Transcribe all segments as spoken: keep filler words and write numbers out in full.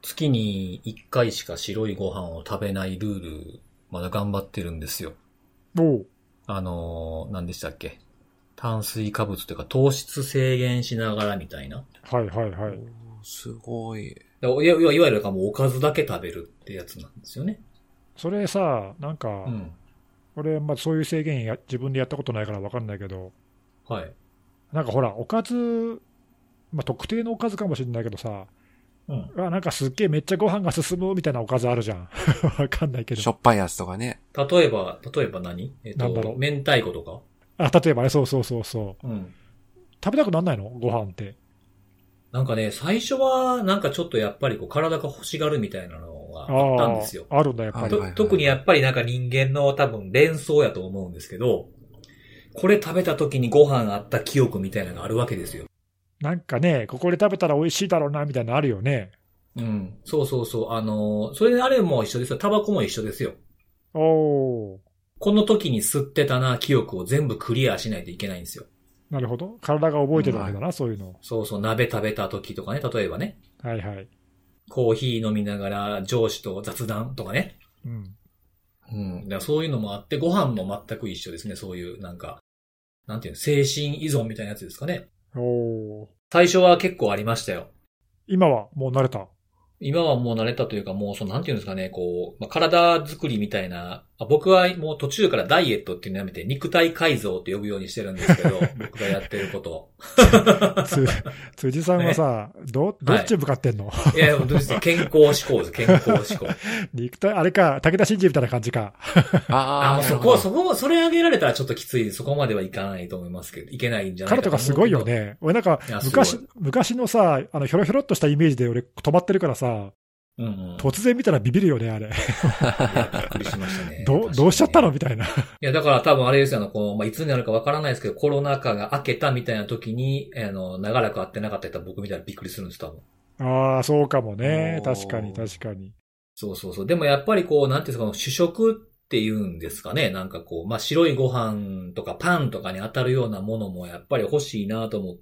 月にいっかいしか白いご飯を食べないルール、まだ頑張ってるんですよ。 おう。 あのー、何でしたっけ？炭水化物というか糖質制限しながらみたいな。 はいはいはい。 すごい。 いわいわゆるもうおかずだけ食べるってやつなんですよね。 それさ、なんか、 うん、 俺、まあそういう制限や自分でやったことないから分かんないけど、 はい。 なんかほら、おかず、まあ特定のおかずかもしれないけどさ、うん、あなんかすっげえめっちゃご飯が進むみたいなおかずあるじゃん。分かんないけど。 しょっぱいやつとかね。 例えば、例えば何？えっと、なんだろう。明太子とか？ あ、例えばね、そうそうそうそう。うん。食べたくなんないの？ご飯って。 なんかね、最初は、なんかちょっとやっぱりこう体が欲しがるみたいなのがあったんですよ。 あ, あるんだ、やっぱり、はいはいはい。 特にやっぱりなんか人間の多分連想やと思うんですけど、これ食べた時にご飯あった記憶みたいなのがあるわけですよ。 なんかね、ここで食べたら美味しいだろうな、みたいなのあるよね。 うん。そうそうそう。あの、それであれも一緒ですよ。タバコも一緒ですよ。 おー。 この時に吸ってたな記憶を全部クリアしないといけないんですよ。 なるほど。体が覚えてるわけだな、うん、そういうの。 そうそう、鍋食べた時とかね、例えばね。 はいはい。 コーヒー飲みながら上司と雑談とかね。うん。うん。だからそういうのもあって、ご飯も全く一緒ですね。そういう、なんか、なんていうの、精神依存みたいなやつですかね。 おー。 最初は結構ありましたよ。 今はもう慣れた？ 今はもう慣れたというか、もうその、なんていうんですかね、こう、まあ、体作りみたいな、僕はもう途中からダイエットっていうのやめて、肉体改造って呼ぶようにしてるんですけど、僕がやってることを。 辻さんはさ、ね、ど、どっち向かってんの？ はい、いや、どうして健康志向です、健康志向。 肉体、あれか、武田真治みたいな感じか。 ああ、もうそこ、そこ、それ上げられたらちょっときつい、そこまではいかないと思いますけど、いけないんじゃないか彼とかすごいよね。俺なんか、昔、昔のさ、あの、ひょろひょろっとしたイメージで俺止まってるからさ、うんうん、突然見たらビビるよね、あれ。いや、びっくりしましたね。 ど、どうしちゃったのみたいな。いや、だから多分あれですよ、あの、この、まあ、いつになるかわからないですけど、コロナ禍が明けたみたいな時に、あの、長らく会ってなかったら僕みたいなびっくりするんです、多分。 ああ、そうかもね。確かに、確かに。 そうそうそう。でもやっぱりこう、なんていうんですか、主食っていうんですかね。なんかこう、まあ、白いご飯とかパンとかに当たるようなものもやっぱり欲しいなと思って、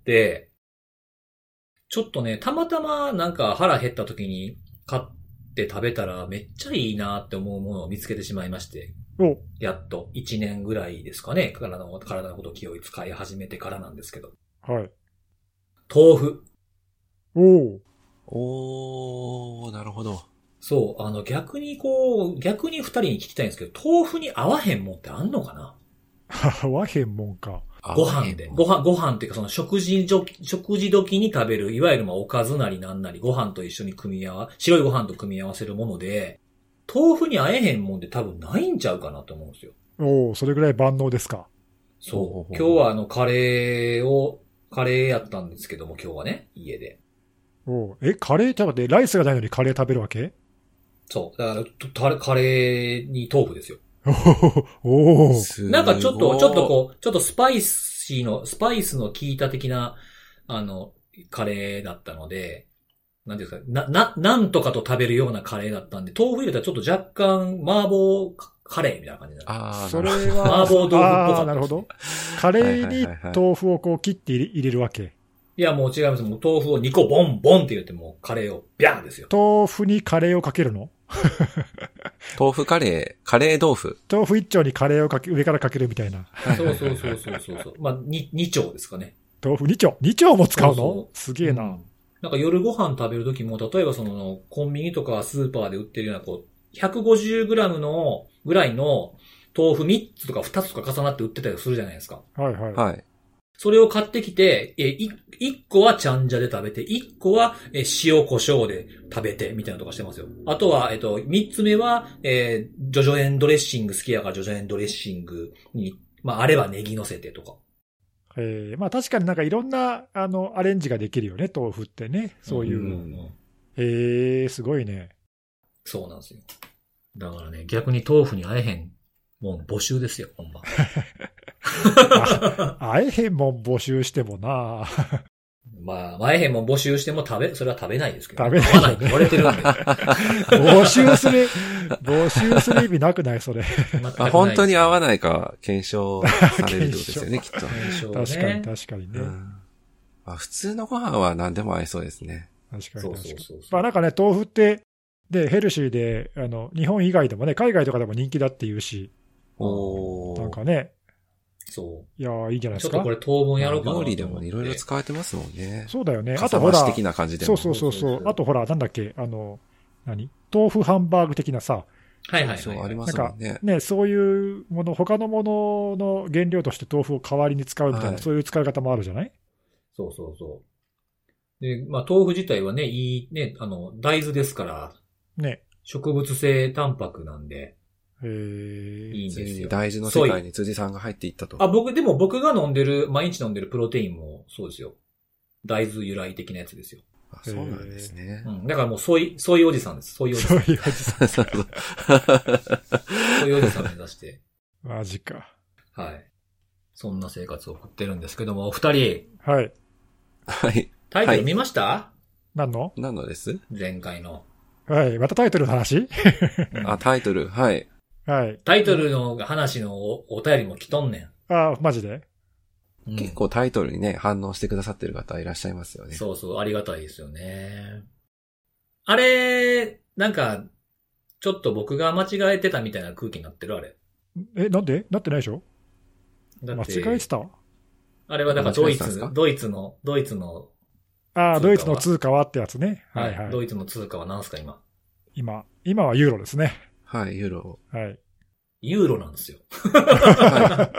ちょっとね、たまたまなんか腹減った時に買って食べたらめっちゃいいなって思うものを見つけてしまいまして。 おやっといちねんぐらいですかね。体の、体のことを気を使い始めてからなんですけど。 はい。 豆腐。 おー。 おー、なるほど。 そう、あの逆にこう、逆に二人に聞きたいんですけど、豆腐に合わへんもんってあんのかな？ 合わへんもんか。 ご飯で。ご飯、ご飯っていうかその食事時、食事時に食べる、いわゆるまあおかずなりなんなり、ご飯と一緒に組み合わ、白いご飯と組み合わせるもので、豆腐に合えへんもんって多分ないんちゃうかなと思うんですよ。 おー、それぐらい万能ですか。 そう。今日はあのカレーを、カレーやったんですけども、今日はね、家で。 おー、え、カレーちょっと待って、ライスがないのにカレー食べるわけ？ そう。だから、カレーに豆腐ですよ。 おー。 なんかちょっと、ちょっとこう、ちょっとスパイシーの、スパイスの効いた的な、あの、カレーだったので、なんていうんですか、な、な、なんとかと食べるようなカレーだったんで、豆腐入れたらちょっと若干、麻婆カレーみたいな感じになる。 ああ、それは、 麻婆豆腐っぽかった、ね。 なるほど。カレーに豆腐をこう切って入れるわけ。 いや、もう違います。もう豆腐をにこボンボンって入れて、もうカレーをビャーンですよ。 豆腐にカレーをかけるの？ 豆腐カレー、カレー豆腐。 豆腐一丁にカレーをかけ、上からかけるみたいな。 そうそうそうそうそうそう。まあ、に、二丁ですかね。 豆腐二丁二丁も使うの？そうそうすげえな、うん。 なんか夜ご飯食べるときも、例えばその、コンビニとかスーパーで売ってるような、こう、ひゃくごじゅうグラム の、ぐらいの豆腐みっつとかふたつとか重なって売ってたりするじゃないですか。 はいはい。 はい。 それを買ってきて、え、い、一個はちゃんじゃで食べて、一個は、え、塩胡椒で食べて、みたいなとかしてますよ。あとは、えっと、三つ目は、えー、ジョジョエンドレッシング好きやからジョジョエンドレッシングに、まあ、あればネギ乗せてとか。 えー、まあ確かになんかいろんな、あの、アレンジができるよね、豆腐ってね。そういう。うんうんうん、えー、すごいね。 そうなんですよ。だからね、逆に豆腐に会えへん、もう募集ですよ、ほんま。 会えへんもん募集してもなまあ、会えへんもん募集しても食べ、それは食べないですけど、 ね。食べない、ね。 言われてるんで。 募集する、募集する意味なくないそれ。 あ。本当に合わないか検証されるってことですよね、きっと。 検証ね。 確かに確かにね。うん、 あ、普通のご飯は何でも合いそうですね。 確かに確かに。 そうそうそうそう。 まあなんかね、豆腐って、で、ヘルシーで、あの、日本以外でもね、海外とかでも人気だっていうし、 おー。 なんかね、 そう。 いやー、いいんじゃないですか。 ちょっとこれ当分やろうかなと思って。 料理でもいろいろ使われてますもんね。 そうだよね。 あとほら、的な感じでも。 そうそうそうそう。あとほら、なんだっけ、あの、何豆腐ハンバーグ的なさ。 はいはいはい。 そう、ありますもんね。 なんかね、そういうもの、他のものの原料として豆腐を代わりに使うみたいな、はい、そういう使い方もあるじゃない？ そうそうそう。で、まあ豆腐自体はね、いいね、あの、大豆ですから。 ね。 植物性タンパクなんで。 へー。 いいんですよ。 大豆の世界に辻さんが入っていったと。 あ、僕、でも僕が飲んでる、毎日飲んでるプロテインもそうですよ。大豆由来的なやつですよ。 あ、そうなんですね。 うん。だからもうソイ、ソイおじさんです。ソイおじさん。 ソイおじさん。 ソイおじさん目指して。 マジか。 はい。そんな生活を送ってるんですけども、お二人。 はい。 はい。 タイトル見ました？はい、 何の？ 何のです？ 前回の。 はい。またタイトルの話？ あ、タイトル。はい。 はい。 タイトルの話の お, お便りも来とんねん。ああ、マジで？ うん、 結構タイトルにね、反応してくださってる方いらっしゃいますよね。 そうそう、ありがたいですよね。あれ、なんか、ちょっと僕が間違えてたみたいな空気になってるあれ。 え、なんで？なってないでしょ？ だって間違えてた？ あれはだからドイツ、ドイツの、ドイツの。 ああ、ドイツの通貨はってやつね。はいはい。 ドイツの通貨は何すか今？ 今、今はユーロですね。 はい、ユーロ。 はい。 ユーロなんですよ。 はい。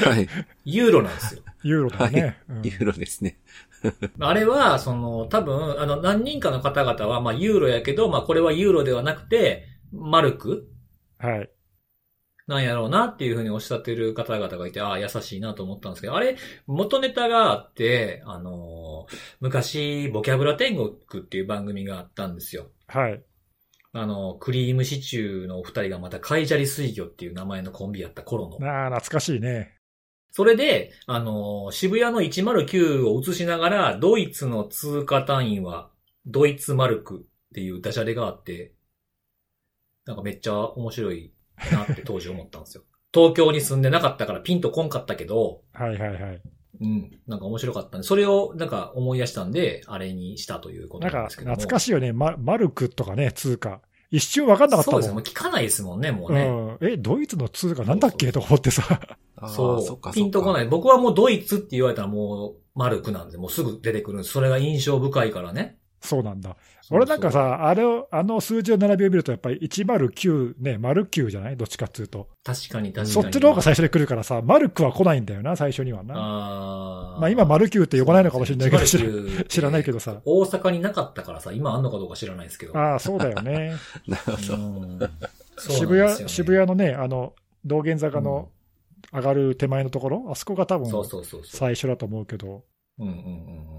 はい。 ユーロなんですよ。 ユーロだね。 はいうん、ユーロですね。 あれは、その、多分、あの、何人かの方々は、まあ、ユーロやけど、まあ、これはユーロではなくて、マルクはい。 なんやろうなっていうふうにおっしゃってる方々がいて、ああ、優しいなと思ったんですけど、あれ、元ネタがあって、あの、昔、ボキャブラ天国っていう番組があったんですよ。 はい。 あの、クリームシチューのお二人がまたカイジャリ水魚っていう名前のコンビやった頃の。 ああ、懐かしいね。 それで、あの、渋谷のいちまるきゅうを映しながら、ドイツの通貨単位はドイツマルクっていうダジャレがあって、なんかめっちゃ面白いなって当時思ったんですよ。東京に住んでなかったからピンとこんかったけど、 はいはいはい。 うん。なんか面白かったんで、それをなんか思い出したんで、あれにしたということなんですけども。 なんか懐かしいよね。マ, マルクとかね、通貨。一瞬分かんなかったもん。 そうですね。もう聞かないですもんね、もうね。 うん。え、ドイツの通貨なんだっけと思ってさ。 そう。そっかピンとこない。僕はもうドイツって言われたらもうマルクなんで、もうすぐ出てくるんです。それが印象深いからね。 そうなんだ。俺なんかさ、あれを、あの数字の並びを見るとやっぱりいちまるきゅうね、丸きゅうじゃないどっちかっていうと。 確かに確かに。 そっちの方が最初に来るからさ、マルクは来ないんだよな、最初にはな。 あまあ今丸きゅうって呼ばないのかもしれないけど、知ら、知らないけどさ。 大阪になかったからさ、今あんのかどうか知らないですけど。 ああ、そうだよね。 なるほど。 渋谷、渋谷のね、あの、道玄坂の上がる手前のところ、うん、あそこが多分、最初だと思うけど。 うんうんうんうん。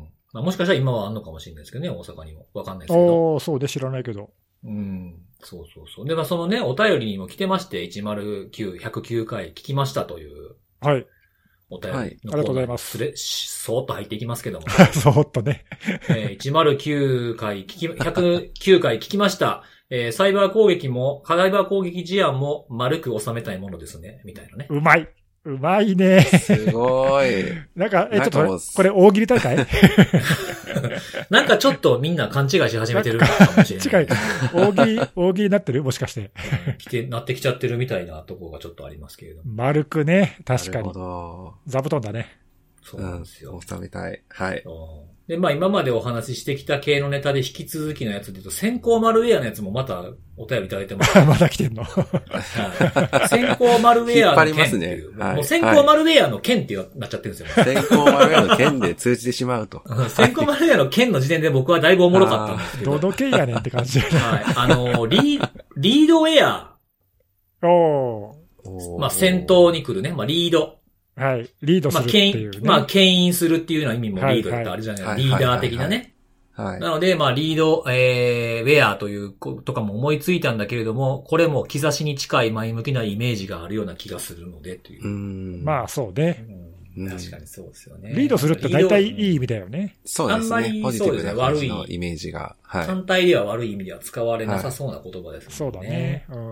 まあ、もしかしたら今はあんのかもしれないですけどね、大阪にも。わかんないですけど。 おー、そうで知らないけど。 うん。そうそうそう。で、まあそのね、お便りにも来てまして、いちまるきゅう、ひゃくきゅうかい聞きましたという。 はい。 お便りの、はい。ありがとうございます。 それ、そーっと入っていきますけども。 そーっとね。 えー、いちまるきゅうかい聞き、ひゃくきゅうかい聞きました。えー、サイバー攻撃も、サイバー攻撃事案も丸く収めたいものですね。みたいなね。 うまい。うまいね。 すごい。 なんか、え、ちょっと、これ大喜利大会なんかちょっとみんな勘違いし始めてるかもしれない。 違い。大喜利、大喜利になってるもしかして。 来て、なってきちゃってるみたいなところがちょっとありますけれども。 丸くね。確かに。 なるほど。 座布団だね。 そうなんですよ。 うん、収めたい。はい。 で、まあ今までお話ししてきた系のネタで引き続きのやつで言うと、先行マルウェアのやつもまたお便りいただいてます、 ね。まだ来てんの、 はい、先行マルウェアの件っていう。 ねはい、 もう先行マルウェアの件ってなっちゃってるんですよ、 ね。先行マルウェアの件で通じてしまうと。 先行マルウェアの件の時点で僕はだいぶおもろかったんですけど。 どの件やねんって感じ。 はい。あの、リー、リードウェア。 おー。まあ先頭に来るね。まあリード。 はい。リードするっていう、ね。 まあ、牽引するっていうような意味もリードってあるじゃないですか。リーダー的なね。 はい。 なので、まあ、リード、えー、ウェアというとかも思いついたんだけれども、これも兆しに近い前向きなイメージがあるような気がするので、という。 うん。まあ、そうね、 うん。確かにそうですよね。 リードするって大体いい意味だよね。 そうですね。あんまりポジティブな悪いイメージが。はい。 単体では悪い意味では使われなさそうな言葉ですもんね。 そうだね。うん。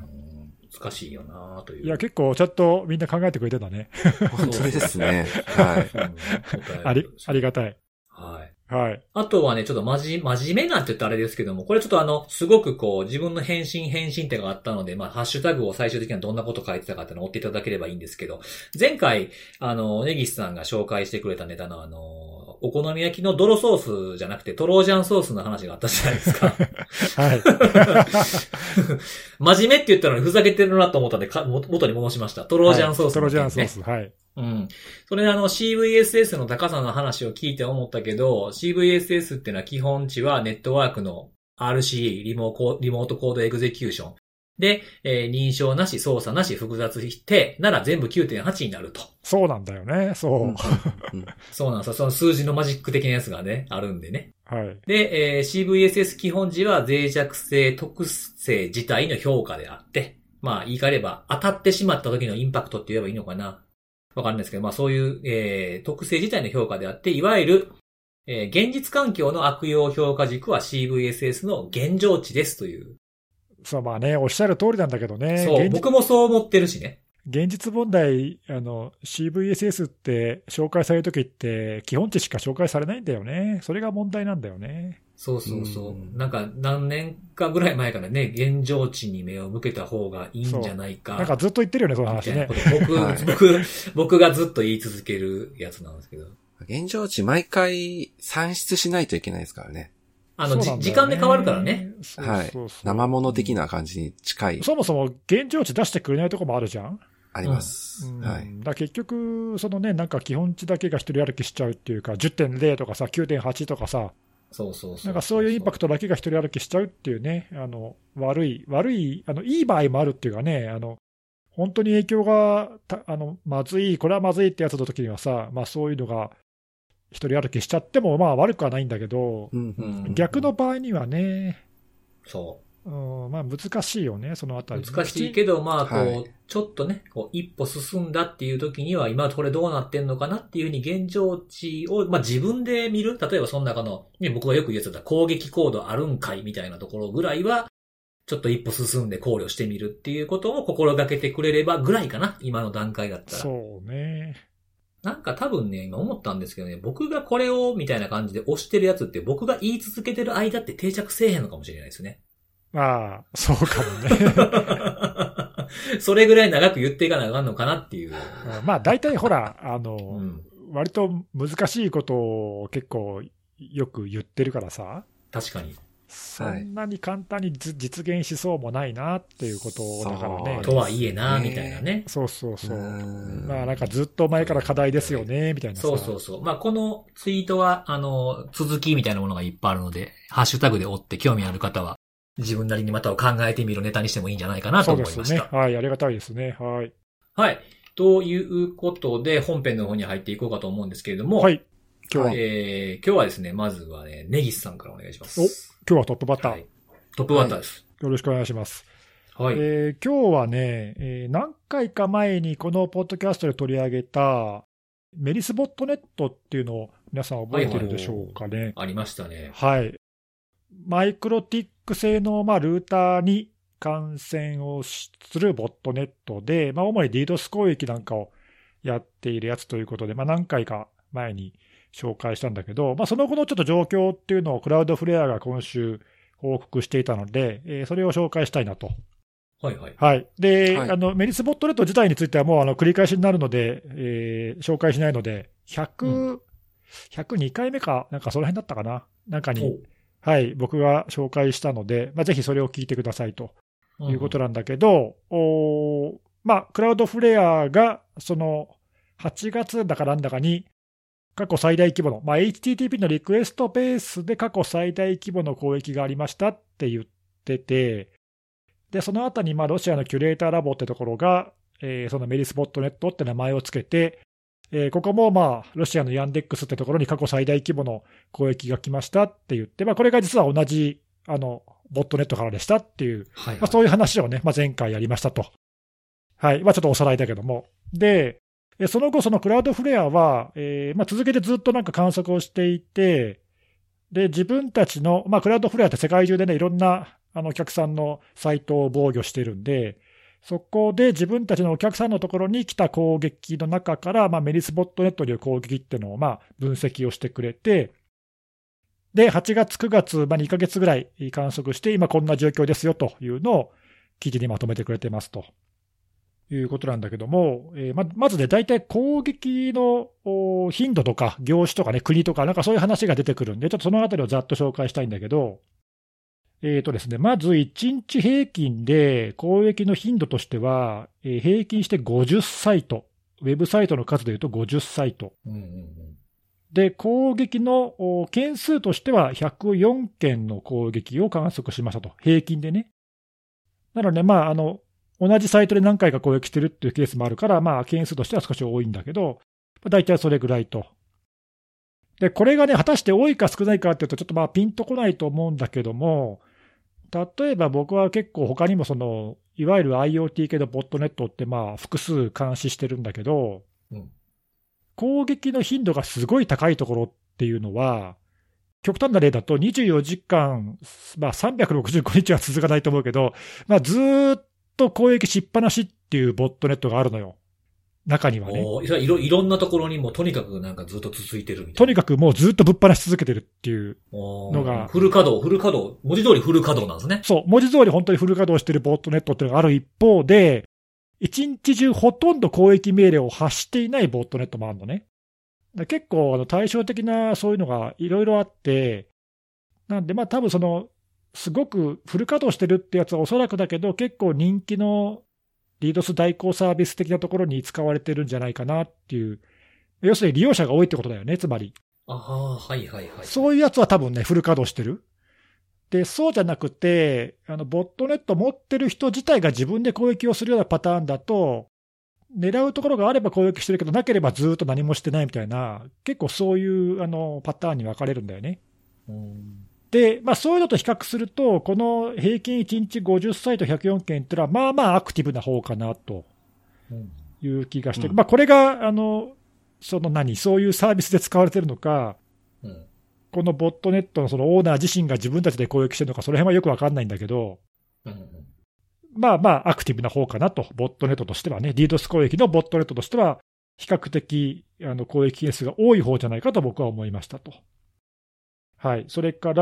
難しいよなという。 いや、結構ちゃんとみんな考えてくれてたね。 本当ですね。はい。 あり、ありがたい。 はい。 はい。 あとはね、ちょっとまじ、真面目なんて言ったらあれですけども、これちょっとあの、すごくこう、自分の返信返信ってがあったので、まあ、ハッシュタグを最終的にはどんなこと書いてたかっていうのを追っていただければいいんですけど、前回、あの、ネギスさんが紹介してくれたネタのあの、お好み焼きの泥ソースじゃなくてトロージャンソースの話があったじゃないですか。 はい。 真面目って言ったのにふざけてるなと思ったんでか、元に戻しました。トロージャンソース、ね、 はい、トロージャンソース、はい。 うん。それであの シーブイエスエス の高さの話を聞いて思ったけど、シーブイエスエス っていうのは基本値はネットワークの アールシーイー、リモーリモートコードエグゼキューション。で、えー、認証なし、操作なし、複雑否定なら全部 きゅうてんはち になると。 そうなんだよね、そう。うん、 そうなんですよ。その数字のマジック的なやつがね、あるんでね。 はい。 で、えー、シーブイエスエス 基本値は脆弱性、特性自体の評価であって、まあ言い換えれば当たってしまった時のインパクトって言えばいいのかな。わかんないですけど、まあそういう、えー、特性自体の評価であって、いわゆる、えー、現実環境の悪用評価軸は シーブイエスエス の現状値ですという。 そう、まあね、おっしゃる通りなんだけどね。 そう、僕もそう思ってるしね。 現実問題、あの、シーブイエスエス って紹介されるときって、基本値しか紹介されないんだよね。それが問題なんだよね。 そうそうそう。なんか何年かぐらい前からね、現状値に目を向けた方がいいんじゃないか。 なんかずっと言ってるよね、その話ね。 僕、はい、僕、僕がずっと言い続けるやつなんですけど。 現状値毎回算出しないといけないですからね。 あの、ね、時間で変わるからね。 そうそうそうはい。生物的な感じに近い。 そもそも現状値出してくれないとこもあるじゃん。 あります。 うん、 はい。 だ結局、そのね、なんか基本値だけが一人歩きしちゃうっていうか、じゅってんゼロ とかさ、きゅうてんはち とかさ、 そうそうそう。 なんかそういうインパクトだけが一人歩きしちゃうっていうね、あの、悪い、悪い、あの、いい場合もあるっていうかね、あの、本当に影響が、あの、まずい、これはまずいってやつの時にはさ、まあそういうのが、一人歩きしちゃっても、まあ悪くはないんだけど、うんうんうん、逆の場合にはね、 そう。 うん、まあ難しいよね、そのあたり。 難しいけど、まあこう、はい、ちょっとね、こう一歩進んだっていう時には、今これどうなってんのかなっていうふうに現状値を、まあ自分で見る。例えばその中の、ね、僕がよく言うやつだ攻撃コードあるんかいみたいなところぐらいは、ちょっと一歩進んで考慮してみるっていうことを心がけてくれればぐらいかな、今の段階だったら。 そうね。 なんか多分ね、今思ったんですけどね、僕がこれをみたいな感じで押してるやつって僕が言い続けてる間って定着せえへんのかもしれないですね。 ああ、そうかもね。それぐらい長く言っていかなあかんのかなっていう。 まあ大体ほら、あの、うん、割と難しいことを結構よく言ってるからさ。 確かに。 そんなに簡単に実現しそうもないなっていうことだからね。 とはいえな、みたいなね。 そうそうそう。まあなんかずっと前から課題ですよね、みたいな。 そうそうそう。まあこのツイートは、あの、続きみたいなものがいっぱいあるので、ハッシュタグで追って興味ある方は、自分なりにまたを考えてみるネタにしてもいいんじゃないかなと思いました。そうですね。はい、ありがたいですね。はい。 はい。ということで、本編の方に入っていこうかと思うんですけれども。 はい。今日は、 えー、今日はですね、まずはね、ネギスさんからお願いします。 お、今日はトップバッター。はい、 トップバッターです、 はい。よろしくお願いします。 はい。 えー、今日はね、えー、何回か前にこのポッドキャストで取り上げた、メリスボットネットっていうのを皆さん覚えてるでしょうかね。はいはい、 ありましたね。 はい。マイクロティック製の、まあ、ルーターに感染をするボットネットで、まあ、主に DDoS 攻撃なんかをやっているやつということで、まあ、何回か前に紹介したんだけど、まあ、その後のちょっと状況っていうのをクラウドフレアが今週報告していたので、えー、それを紹介したいなと。 はいはい。 はい。で、はい、あの、メリスボットネット自体についてはもうあの繰り返しになるので、えー、紹介しないので、ひゃく、うん、ひゃくにかいめか、なんかその辺だったかな。なんかに、はい、僕が紹介したので、まあ、ぜひそれを聞いてくださいということなんだけど、うん、おまあ、クラウドフレアがそのはちがつだかなんだかに過去最大規模の、まあ、エイチティーティーピー のリクエストベースで過去最大規模の攻撃がありましたって言ってて、でその後にまあロシアのキュレーターラボってところが、えー、そのメリスボットネットって名前をつけて、えー、ここもまあロシアのヤンデックスってところに過去最大規模の攻撃が来ましたって言って、まあ、これが実は同じあのボットネットからでしたっていう、はいはい、まあ、そういう話をね、まあ、前回やりましたと。はい。まあ、ちょっとおさらいだけども。で、その後、そのクラウドフレアは、えーまあ、続けてずっとなんか観測をしていて、で、自分たちの、まあ、クラウドフレアって世界中でね、いろんなあのお客さんのサイトを防御してるんで、そこで自分たちのお客さんのところに来た攻撃の中から、まあ、メリスボットネットによる攻撃っていうのをまあ分析をしてくれて、 で、はちがつ、くがつ、まあ、にかげつぐらい観測して、今こんな状況ですよというのを記事にまとめてくれてますということなんだけども、えー、ま, まずね、大体攻撃の頻度とか業種とかね、国とか、なんかそういう話が出てくるんで、ちょっとそのあたりをざっと紹介したいんだけど、えーとですね、まずいちにち平均で攻撃の頻度としては、えー、平均してごじゅっサイト、ウェブサイトの数でいうとごじゅっサイト。 うんうんうん、 で、攻撃の件数としてはひゃくよんけんの攻撃を観測しましたと。平均でね。なので、まあ、あの、同じサイトで何回か攻撃してるっていうケースもあるから、まあ、件数としては少し多いんだけど、大体それぐらいと。で、これがね、果たして多いか少ないかっていうと、ちょっとまあ、ピンとこないと思うんだけども、例えば僕は結構他にもその、いわゆる IoT 系のボットネットってまあ、複数監視してるんだけど、うん、攻撃の頻度がすごい高いところっていうのは、極端な例だとにじゅうよじかん、まあ、さんびゃくろくじゅうごにちは続かないと思うけど、まあ、ずーっと攻撃しっぱなしっていうボットネットがあるのよ。中にはね。 いろ、いろんなところにもとにかくなんかずっと続いてるみたいな。 とにかくもうずっとぶっ放し続けてるっていうのが。 フル稼働、フル稼働、文字通りフル稼働なんですね。 そう、文字通り本当にフル稼働してるボットネットっていうのがある一方で、一日中ほとんど攻撃命令を発していないボットネットもあるのね。結構あの対照的なそういうのがいろいろあって、なんでまあ多分その、すごくフル稼働してるってやつはおそらくだけど、結構人気のリードス代行サービス的なところに使われてるんじゃないかなっていう、要するに利用者が多いってことだよね、つまり。 ああ、はいはいはい。 そういうやつは多分ね、フル稼働してる。で、そうじゃなくて、あのボットネット持ってる人自体が自分で攻撃をするようなパターンだと、狙うところがあれば攻撃してるけど、なければずっと何もしてないみたいな、結構そういうあのパターンに分かれるんだよね。うんで、まあ、そういうのと比較すると、この平均いちにちごじゅっサイトひゃくよんけんっていうのは、まあまあアクティブな方かなという気がして、うん、まあ、これが、あの、その何、そういうサービスで使われてるのか、うん、このボットネットのそのオーナー自身が自分たちで攻撃してるのか、その辺はよくわかんないんだけど、うん、まあまあアクティブな方かなと、ボットネットとしてはね、ディードス攻撃のボットネットとしては、比較的あの攻撃件数が多い方じゃないかと僕は思いましたと。はい。それから、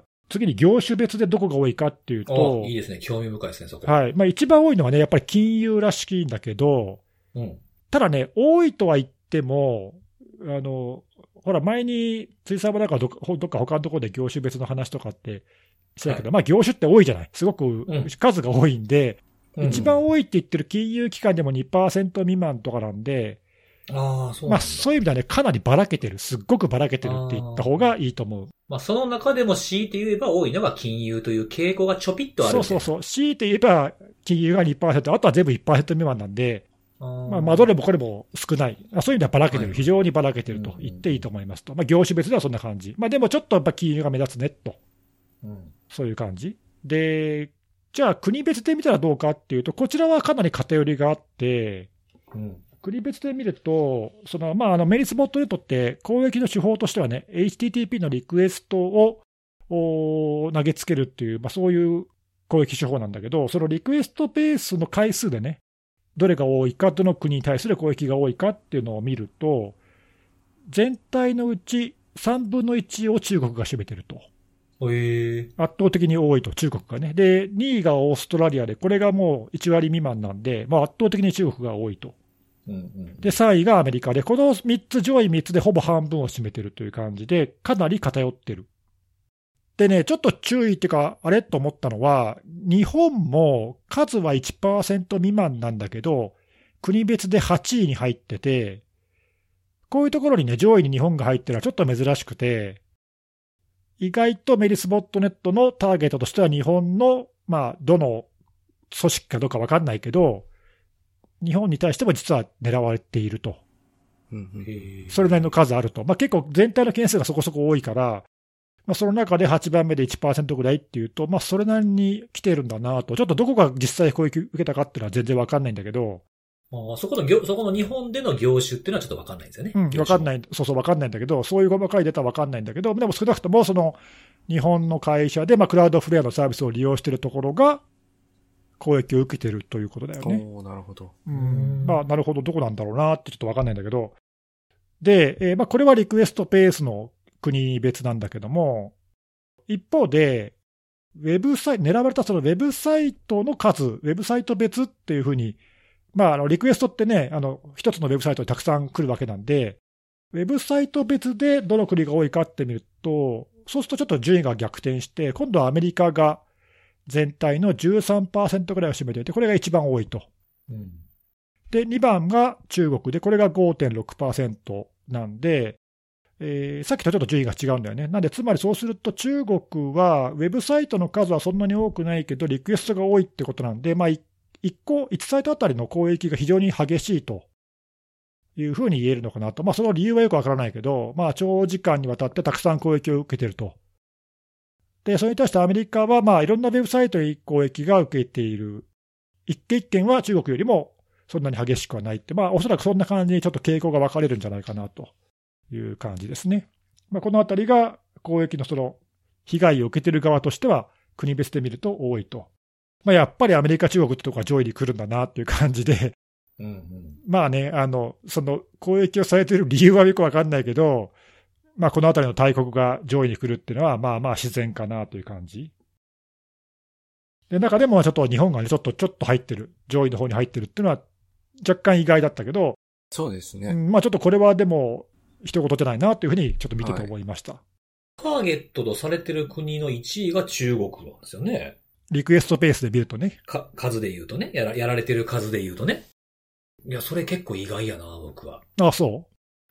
次に業種別でどこが多いかっていうと。 いいですね。興味深いですね、そこ。 はい。まあ一番多いのはね、やっぱり金融らしいんだけど、うん、ただね、多いとは言っても、あの、ほら前に、ツイサーバーなんかどっか他のところで業種別の話とかってしたけど、はい、まあ業種って多いじゃない。すごく数が多いんで、うん、一番多いって言ってる金融機関でも にパーセント 未満とかなんで、 ああ、そうなんだ。 まあそういう意味ではね、かなりばらけてる。すっごくばらけてるって言った方がいいと思う。 まあその中でも強いて言えば多いのが金融という傾向がちょぴっとある。 そうそうそう。強いて言えば金融が にパーセント、あとは全部 いちパーセント 未満なんで、あまあ、まあどれもこれも少ない。そういう意味ではばらけてる。はい、非常にばらけてると言っていいと思いますと。まあ業種別ではそんな感じ。まあでもちょっとやっぱ金融が目立つねと。うん、そういう感じ。で、じゃあ国別で見たらどうかっていうと、こちらはかなり偏りがあって、うん国別で見ると、そのまあ、あのメリスボットネットって攻撃の手法としてはね、エイチティーティーピー のリクエストを投げつけるっていう、まあ、そういう攻撃手法なんだけど、そのリクエストベースの回数でね、どれが多いか、どの国に対する攻撃が多いかっていうのを見ると、全体のうちさんぶんのいちを中国が占めてると。 へ圧倒的に多いと、中国がね。で、にいがオーストラリアで、これがもういちわり未満なんで、まあ、圧倒的に中国が多いと。で、さんいがアメリカで、このみっつ、上位みっつでほぼ半分を占めてるという感じで、かなり偏ってる。でね、ちょっと注意っていうか、あれと思ったのは、日本も数は いちパーセント 未満なんだけど、国別ではちいに入ってて、こういうところにね、上位に日本が入ってるのはちょっと珍しくて、意外とメリスボットネットのターゲットとしては日本の、まあ、どの組織かどうかわかんないけど、日本に対しても実は狙われていると。それなりの数あると。まあ、結構全体の件数がそこそこ多いから、まあ、その中ではちばんめで いちパーセント ぐらいっていうと、まあ、それなりに来てるんだなと。ちょっとどこが実際攻撃受けたかっていうのは全然わかんないんだけど。 ああ、そこの業、そこの日本での業種っていうのはちょっとわかんないんですよね。 うん、わかんない。そうそうわかんないんだけど、そういう細かいデータはわかんないんだけど、でも少なくともその日本の会社で、まあ、クラウドフレアのサービスを利用しているところが、攻撃を受けてるということだよね。 おー、なるほど。 うん。まあ、なるほど、どこなんだろうなってちょっとわかんないんだけど。で、えー、まあ、これはリクエストペースの国別なんだけども、 一方で、ウェブサイト、狙われたそのウェブサイトの数、ウェブサイト別っていうふうに、まあ、あのリクエストってね、あの一つのウェブサイトにたくさん来るわけなんで、ウェブサイト別でどの国が多いかって見ると、そうするとちょっと順位が逆転して、今度はアメリカが全体の じゅうさんパーセント ぐらいを占めていて、これが一番多いと。うん、で、にばんが中国で、これが ごてんろくパーセント なんで、えー、さっきとちょっと順位が違うんだよね。なんで、つまりそうすると中国は、ウェブサイトの数はそんなに多くないけど、リクエストが多いってことなんで、まあ、いっこ、いちサイトあたりの攻撃が非常に激しいというふうに言えるのかなと。まあ、その理由はよくわからないけど、まあ、長時間にわたってたくさん攻撃を受けていると。で、それに対してアメリカは、まあ、いろんなウェブサイトに攻撃が受けている。一件一件は中国よりもそんなに激しくはないって、まあ、おそらくそんな感じにちょっと傾向が分かれるんじゃないかなという感じですね。まあ、このあたりが攻撃のその被害を受けている側としては、国別で見ると多いと。まあ、やっぱりアメリカ、中国ってとこが上位に来るんだなっていう感じで、うんうん、まあね、あの、その攻撃をされている理由はよくわかんないけど、まあ、このあたりの大国が上位に来るっていうのは、まあまあ自然かなという感じ。で、中でもちょっと日本がね、ちょっとちょっと入ってる、上位の方に入ってるっていうのは若干意外だったけど、 そうですね。 うん、まあちょっとこれはでも、一言じゃないなというふうにちょっと見てて思いました。はい、 ターゲットとされてる国のいちいが中国なんですよね。 リクエストベースで見るとね。 か、数で言うとね。やら、やられてる数で言うとね。いや、それ結構意外やな、僕は。 ああ、そう。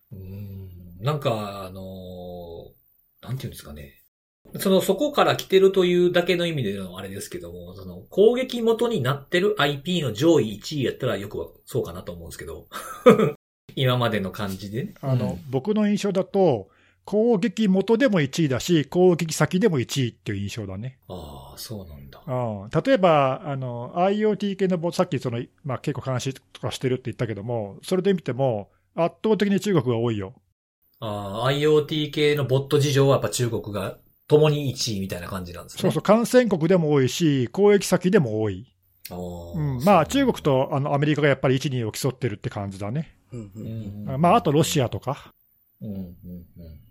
うーん。なんか、あのー、なんていうんですかね。その、そこから来てるというだけの意味でのあれですけども、その、攻撃元になってる アイピー の上位いちいやったらよくはそうかなと思うんですけど。今までの感じで、ね。 あの、うん、僕の印象だと、攻撃元でもいちいだし、攻撃先でもいちいっていう印象だね。 ああ、そうなんだ。 ああ、例えば、あの、IoT 系のボ、さっきその、まあ、結構監視とかしてるって言ったけども、それで見ても、圧倒的に中国が多いよ。 ああ、IoT 系のボット事情はやっぱ中国が共にいちいみたいな感じなんですね。 そうそう、感染国でも多いし、攻撃先でも多い。あうん、まあ、中国とあのアメリカがやっぱりいち、にを競ってるって感じだね。うんうんうん、まあ、あとロシアとか。うんうんうん、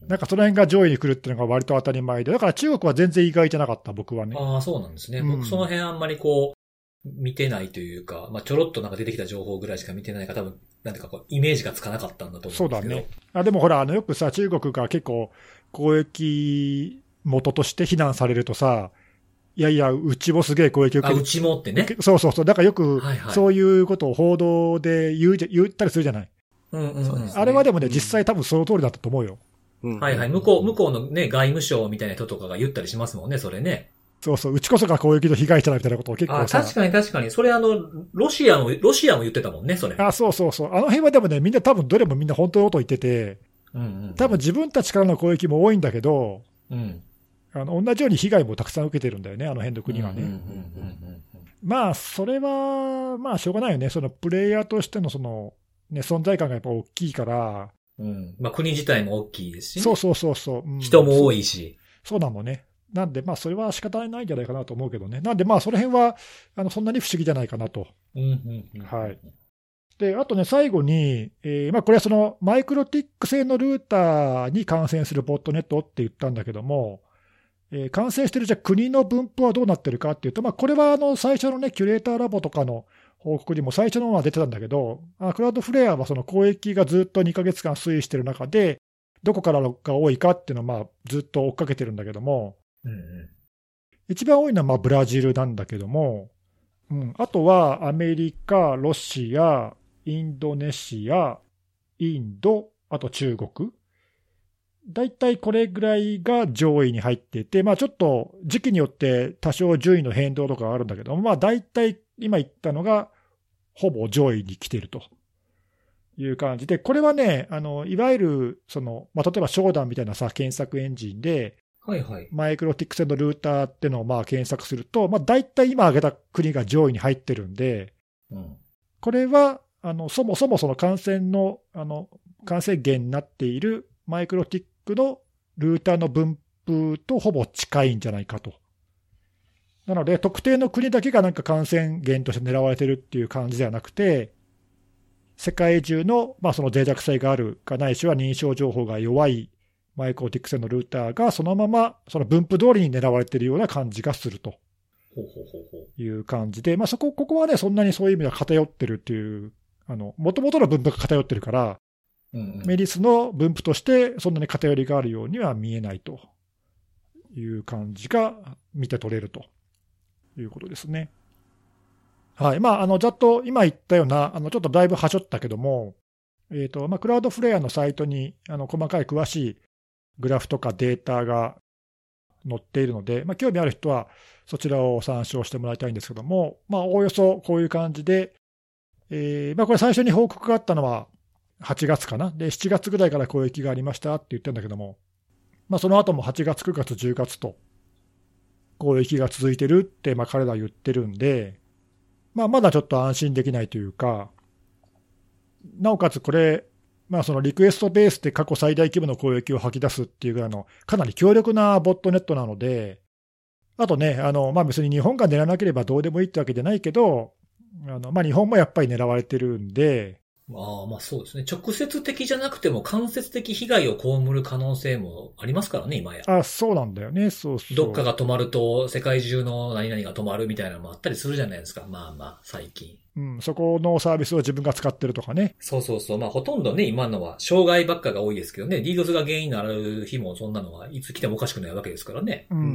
なんかその辺が上位に来るっていうのが割と当たり前で、だから中国は全然意外じゃなかった、僕はね。 ああ、そうなんですね。うん、僕その辺あんまりこう、見てないというか、まあちょろっとなんか出てきた情報ぐらいしか見てないから、多分、なんていうかこう、イメージがつかなかったんだと思うんですけど。そうだね。 あでもほら、あの、よくさ、中国が結構、攻撃元として非難されるとさ、いやいや、うちもすげえ攻撃を受ける。 あ、うちもってね。 そうそうそう。だからよく、そういうことを報道で言う、言ったりするじゃない。うんうんうん、あれはでもね、うん、実際多分その通りだったと思うよ。 うん、はいはい。向こう、向こうのね、外務省みたいな人とかが言ったりしますもんね、それね。 そうそう。うちこそが攻撃の被害者だみたいなことを結構さ。 あ、確かに確かに。それあの、ロシアも、ロシアも言ってたもんね、それ。 あ、そうそうそう。あの辺はでもね、みんな多分どれもみんな本当のことを言ってて、うんうんうん、多分自分たちからの攻撃も多いんだけど、うん、あの同じように被害もたくさん受けてるんだよね、あの辺の国はね。まあ、それは、まあ、しょうがないよね。そのプレイヤーとしてのその、ね、存在感がやっぱ大きいから。 うん。まあ、国自体も大きいですし、ね。 そうそうそうそう、うん。 人も多いし。 そうなのね。なんで、まあ、それは仕方ないんじゃないかなと思うけどね。なんで、まあ、その辺は、あの、そんなに不思議じゃないかなと。うんうんうん、はい。で、あとね、最後に、えー、まあ、これはその、マイクロティック製のルーターに感染するボットネットって言ったんだけども、えー、感染してるじゃ国の分布はどうなってるかっていうと、まあ、これはあの、最初のね、キュレーターラボとかの報告にも最初の方は出てたんだけど、あクラウドフレアはその攻撃がずっとにかげつかん推移している中で、どこからが多いかっていうのをまあずっと追っかけてるんだけども、うんうん、一番多いのはまあブラジルなんだけども、うん、あとはアメリカ、ロシア、インドネシア、インド、あと中国。だいたいこれぐらいが上位に入っていて、まあ、ちょっと時期によって多少順位の変動とかあるんだけど、まあ、だいたい今言ったのがほぼ上位に来ているという感じで、これはね、あのいわゆるその、まあ、例えばショーダンみたいなさ検索エンジンで、はいはい、マイクロティック製のルーターっていうのをまあ検索すると、まあ、だいたい今挙げた国が上位に入ってるんで、うん、これはあのそもそもその感染の、あの感染源になっているマイクロティックのルーターの分布とほぼ近いんじゃないかと。なので、特定の国だけがなんか感染源として狙われてるっていう感じではなくて、世界中の、まあ、その脆弱性があるかないしは認証情報が弱いマイクロティック製のルーターがそのままその分布通りに狙われているような感じがするという感じで、まあ、そこ、ここはね、そんなにそういう意味では偏ってるっていう、あの、元々の分布が偏ってるから、うんうん、メリスの分布としてそんなに偏りがあるようには見えないという感じが見て取れるということですね。はい。まあ、あの、ざっと今言ったような、あの、ちょっとだいぶはしょったけども、えっと、まあ、クラウドフレアのサイトに、あの、細かい詳しいグラフとかデータが載っているので、まあ、興味ある人はそちらを参照してもらいたいんですけども、まあ、おおよそこういう感じで、えー、まあ、これ最初に報告があったのははちがつかな。で、しちがつぐらいから攻撃がありましたって言ってるんだけども、まあ、その後もはちがつ、くがつ、じゅうがつと攻撃が続いてるって、まあ、彼らは言ってるんで、まあ、まだちょっと安心できないというか、なおかつこれ、まあ、そのリクエストベースで過去最大規模の攻撃を吐き出すっていうぐらいのかなり強力なボットネットなので、あとね、あのまあ、別に日本が狙わなければどうでもいいってわけじゃないけど、あのまあ、日本もやっぱり狙われてるんで、 ああ、まあそうですね。直接的じゃなくても間接的被害を被る可能性もありますからね、今や。 あ、そうなんだよね。そうそう。 どっかが止まると世界中の何々が止まるみたいなのもあったりするじゃないですか。まあまあ、最近。 うん、そこのサービスを自分が使ってるとかね。 そうそうそう。まあほとんどね、今のは障害ばっかが多いですけどね。ディードス が原因になる日もそんなのはいつ来てもおかしくないわけですからね。 うん、うん。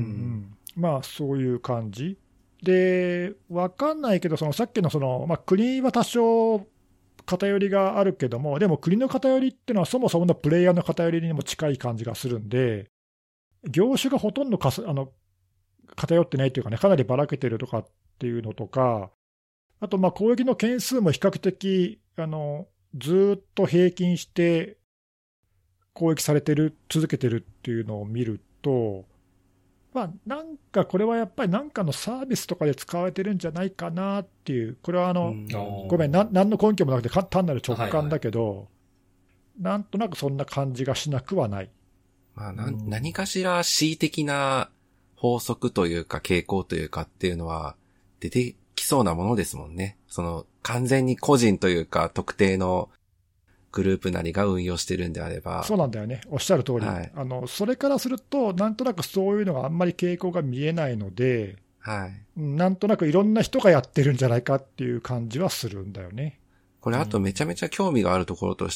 まあそういう感じ。で、わかんないけど、そのさっきのその、まあ国は多少、偏りがあるけども、でも国の偏りっていうのはそもそものプレイヤーの偏りにも近い感じがするんで、業種がほとんどかすあの偏ってないというかね、かなりばらけてるとかっていうのとか、あとまあ攻撃の件数も比較的あのずっと平均して攻撃されてる、続けてるっていうのを見ると、まあ、なんかこれはやっぱりなんかのサービスとかで使われてるんじゃないかなっていう、これはあの、ごめん、な何の根拠もなくて単なる直感だけど、はいはい、なんとなくそんな感じがしなくはない。 まあ、な何かしら恣意的な法則というか傾向というかっていうのは出てきそうなものですもんね。その完全に個人というか特定のグループなりが運用してるんであれば。 そうなんだよね。おっしゃる通り。はい、あの、それからすると、なんとなくそういうのがあんまり傾向が見えないので、 はい。 なんとなくいろんな人がやってるんじゃないかっていう感じはするんだよね。 これあとめちゃめちゃ興味があるところとして、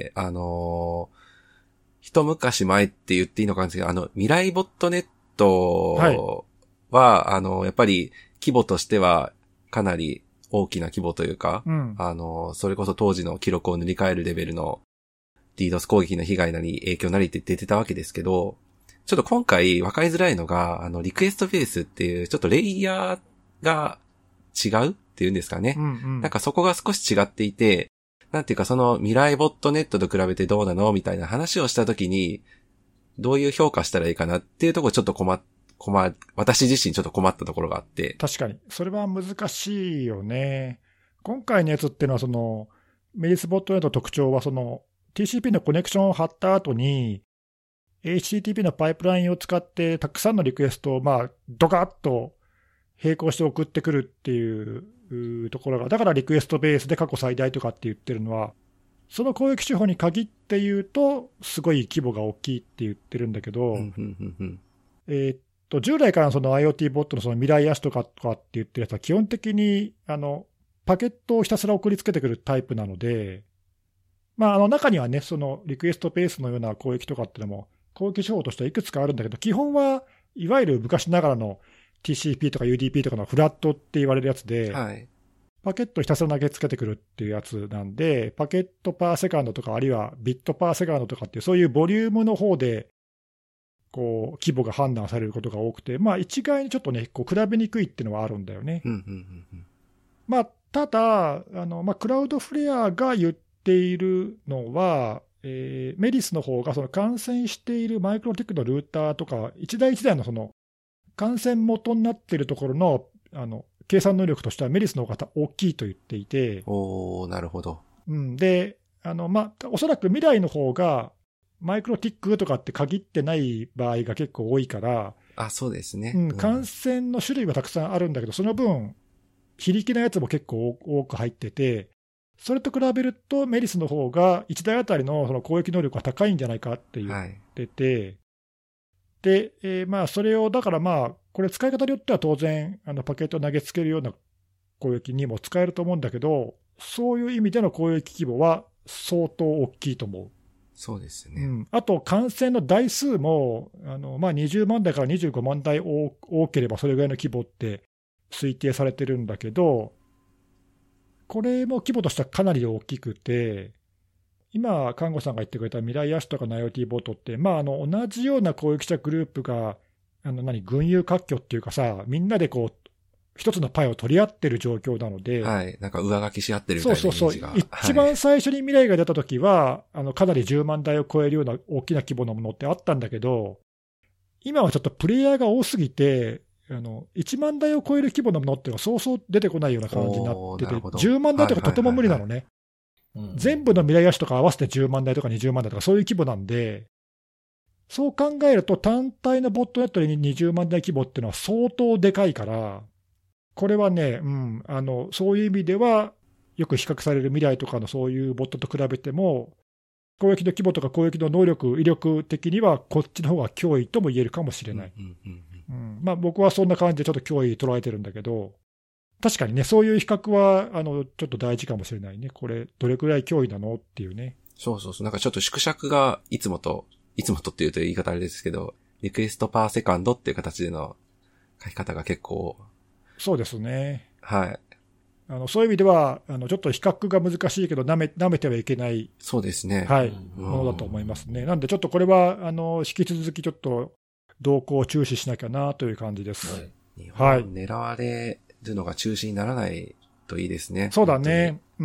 うん、あのー、一昔前って言っていいのかなんですけど、あの、未来ボットネットは、はい、あの、やっぱり規模としてはかなり大きな規模というか、うん、あの、それこそ当時の記録を塗り替えるレベルの ディードス 攻撃の被害なり影響なりって出てたわけですけど、ちょっと今回分かりづらいのが、あの、リクエストベースっていうちょっとレイヤーが違うっていうんですかね。うんうん、なんかそこが少し違っていて、なんていうかその未来ボットネットと比べてどうなのみたいな話をしたときに、どういう評価したらいいかなっていうところちょっと困っ困、私自身ちょっと困ったところがあって。 確かに。それは難しいよね。今回のやつっていうのは、その、メリスボットネットの特徴は、その、ティーシーピー のコネクションを貼った後に、エイチティーティーピー のパイプラインを使って、たくさんのリクエストを、まあ、ドカッと並行して送ってくるっていうところが、だからリクエストベースで過去最大とかって言ってるのは、その攻撃手法に限って言うと、すごい規模が大きいって言ってるんだけど、えっと、従来からのその IoT ボットのその未来足とかとかって言ってるやつは基本的にあのパケットをひたすら送りつけてくるタイプなので、まあ、あの中にはね、そのリクエストベースのような攻撃とかっていうのも攻撃手法としてはいくつかあるんだけど、基本はいわゆる昔ながらの ティーシーピー とか ユーディーピー とかのフラットって言われるやつで、はい、パケットをひたすら投げつけてくるっていうやつなんで、パケットパーセカンドとかあるいはビットパーセカンドとかっていうそういうボリュームの方でこう規模が判断されることが多くて、まあ、一概にちょっとね、こう比べにくいっていうのはあるんだよね。 うんうんうんうん、 まあ、ただあの、まあ、クラウドフレアが言っているのは、えー、メリスの方がその感染しているマイクロティックのルーターとか、一台一台のその感染元になっているところの、あの計算能力としてはメリスの方が大きいと言っていて、 おー、なるほど。 うん、で、あのまあ、おそらく未来の方がマイクロティックとかって限ってない場合が結構多いから、 あ、そうですね。 うん、感染の種類はたくさんあるんだけど、その分、非力なやつも結構多く入ってて、 それと比べると、メリスの方がいちだいあたりのその攻撃能力が高いんじゃないかって言ってて、はい、で、えー、まあそれを、だからまあ、これ、使い方によっては当然、あのパケットを投げつけるような攻撃にも使えると思うんだけど、そういう意味での攻撃規模は相当大きいと思う。 そうですね。 うん、あと、感染の台数も、あのまあ、にじゅうまんだいからにじゅうごまんだい多多ければそれぐらいの規模って推定されてるんだけど、これも規模としてはかなり大きくて、今、看護さんが言ってくれた未来ヤシとかの IoT ボットって、まあ、あの同じような攻撃者グループが、あの何、群雄割拠っていうかさ、みんなでこう、一つのパイを取り合ってる状況なので、 はい、なんか上書きし合ってるみたいなイメージが。そうそうそう、 一番最初に未来が出たときは、あのかなりじゅうまんだいを超えるような大きな規模のものってあったんだけど、今はちょっとプレイヤーが多すぎて、あのいちまんだいを超える規模のものっていうのはそうそう出てこないような感じになってて、じゅうまんだいとかとても無理なのね。全部の未来ヤシとか合わせてじゅうまんだいとかにじゅうまんだいとかそういう規模なんで、そう考えると単体のボットネットでにじゅうまんだい規模っていうのは相当でかいから、これはね、うん、あのそういう意味では、よく比較される未来とかのそういうボットと比べても、攻撃の規模とか攻撃の能力、威力的にはこっちの方が脅威とも言えるかもしれない。僕はそんな感じでちょっと脅威捉えてるんだけど、確かにね、そういう比較はあのちょっと大事かもしれないね。これ、どれくらい脅威なのっていうね。 そうそうそう。なんかちょっと縮尺がいつもと、いつもとっていうと言い方あれですけど、リクエストパーセカンドっていう形での書き方が結構。 そうですね。 はい。 あのそういう意味では、あのちょっと比較が難しいけど、なめ、なめてはいけない。 そうですね。 はい。ものだと思いますね。なんでちょっとこれは、あの、引き続きちょっと動向を注視しなきゃなという感じです。 はい。狙われるのが中止にならないといいですね。 そうだね。うん。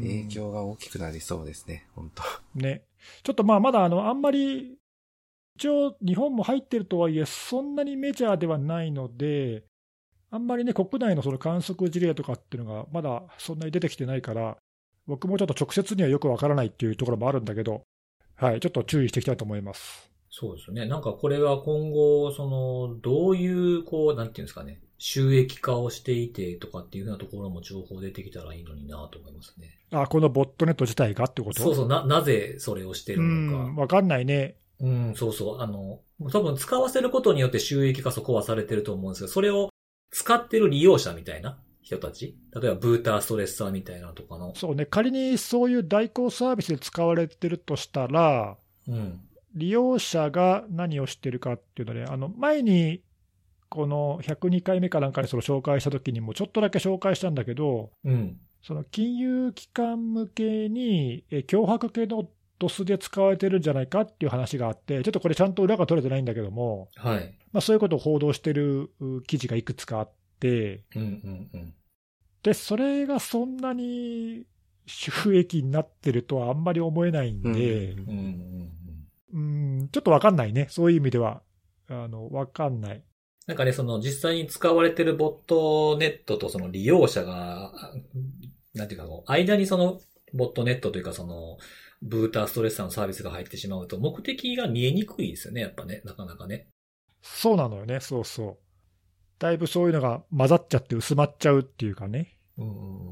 影響が大きくなりそうですね。本当。 ね。ちょっとまあまだあの、あんまり、一応日本も入ってるとはいえ、そんなにメジャーではないので、あんまりね、国内のその観測事例とかっていうのがまだそんなに出てきてないから、僕もちょっと直接にはよくわからないっていうところもあるんだけど、はい、ちょっと注意していきたいと思います。 そうですね。なんかこれは今後、その、どういう、こう、なんていうんですかね、収益化をしていてとかっていうふうなところも情報出てきたらいいのになと思いますね。 あ、このボットネット自体がってこと？ そうそう、な、なぜそれをしてるのか。 うん、わかんないね。 うん、そうそう。あの、多分使わせることによって収益化そこはされてると思うんですけど、それを使ってる利用者みたいな人たち、例えばブーターストレッサーみたいなとかの。 そうね、仮にそういう代行サービスで使われてるとしたら、 うん、 利用者が何をしてるかっていうので、あの前にこのひゃくにかいめかなんかでその紹介したときにもちょっとだけ紹介したんだけど、 うん、 その金融機関向けに脅迫系のドスで使われてるんじゃないかっていう話があって、ちょっとこれちゃんと裏が取れてないんだけども、 はい。 まあ、そういうことを報道してる記事がいくつかあって、 うんうんうん、 で、それがそんなに収益になってるとはあんまり思えないんで、うんうんうん、ちょっとわかんないね。そういう意味では、あの、わかんない。 なんかね、その実際に使われてるボットネットとその利用者が、なんていうか、間にそのボットネットというかその、ブーターストレッサーのサービスが入ってしまうと、目的が見えにくいですよね、やっぱね、なかなかね。 そうなのよね、そうそう。だいぶそういうのが混ざっちゃって薄まっちゃうっていうかね。 うん。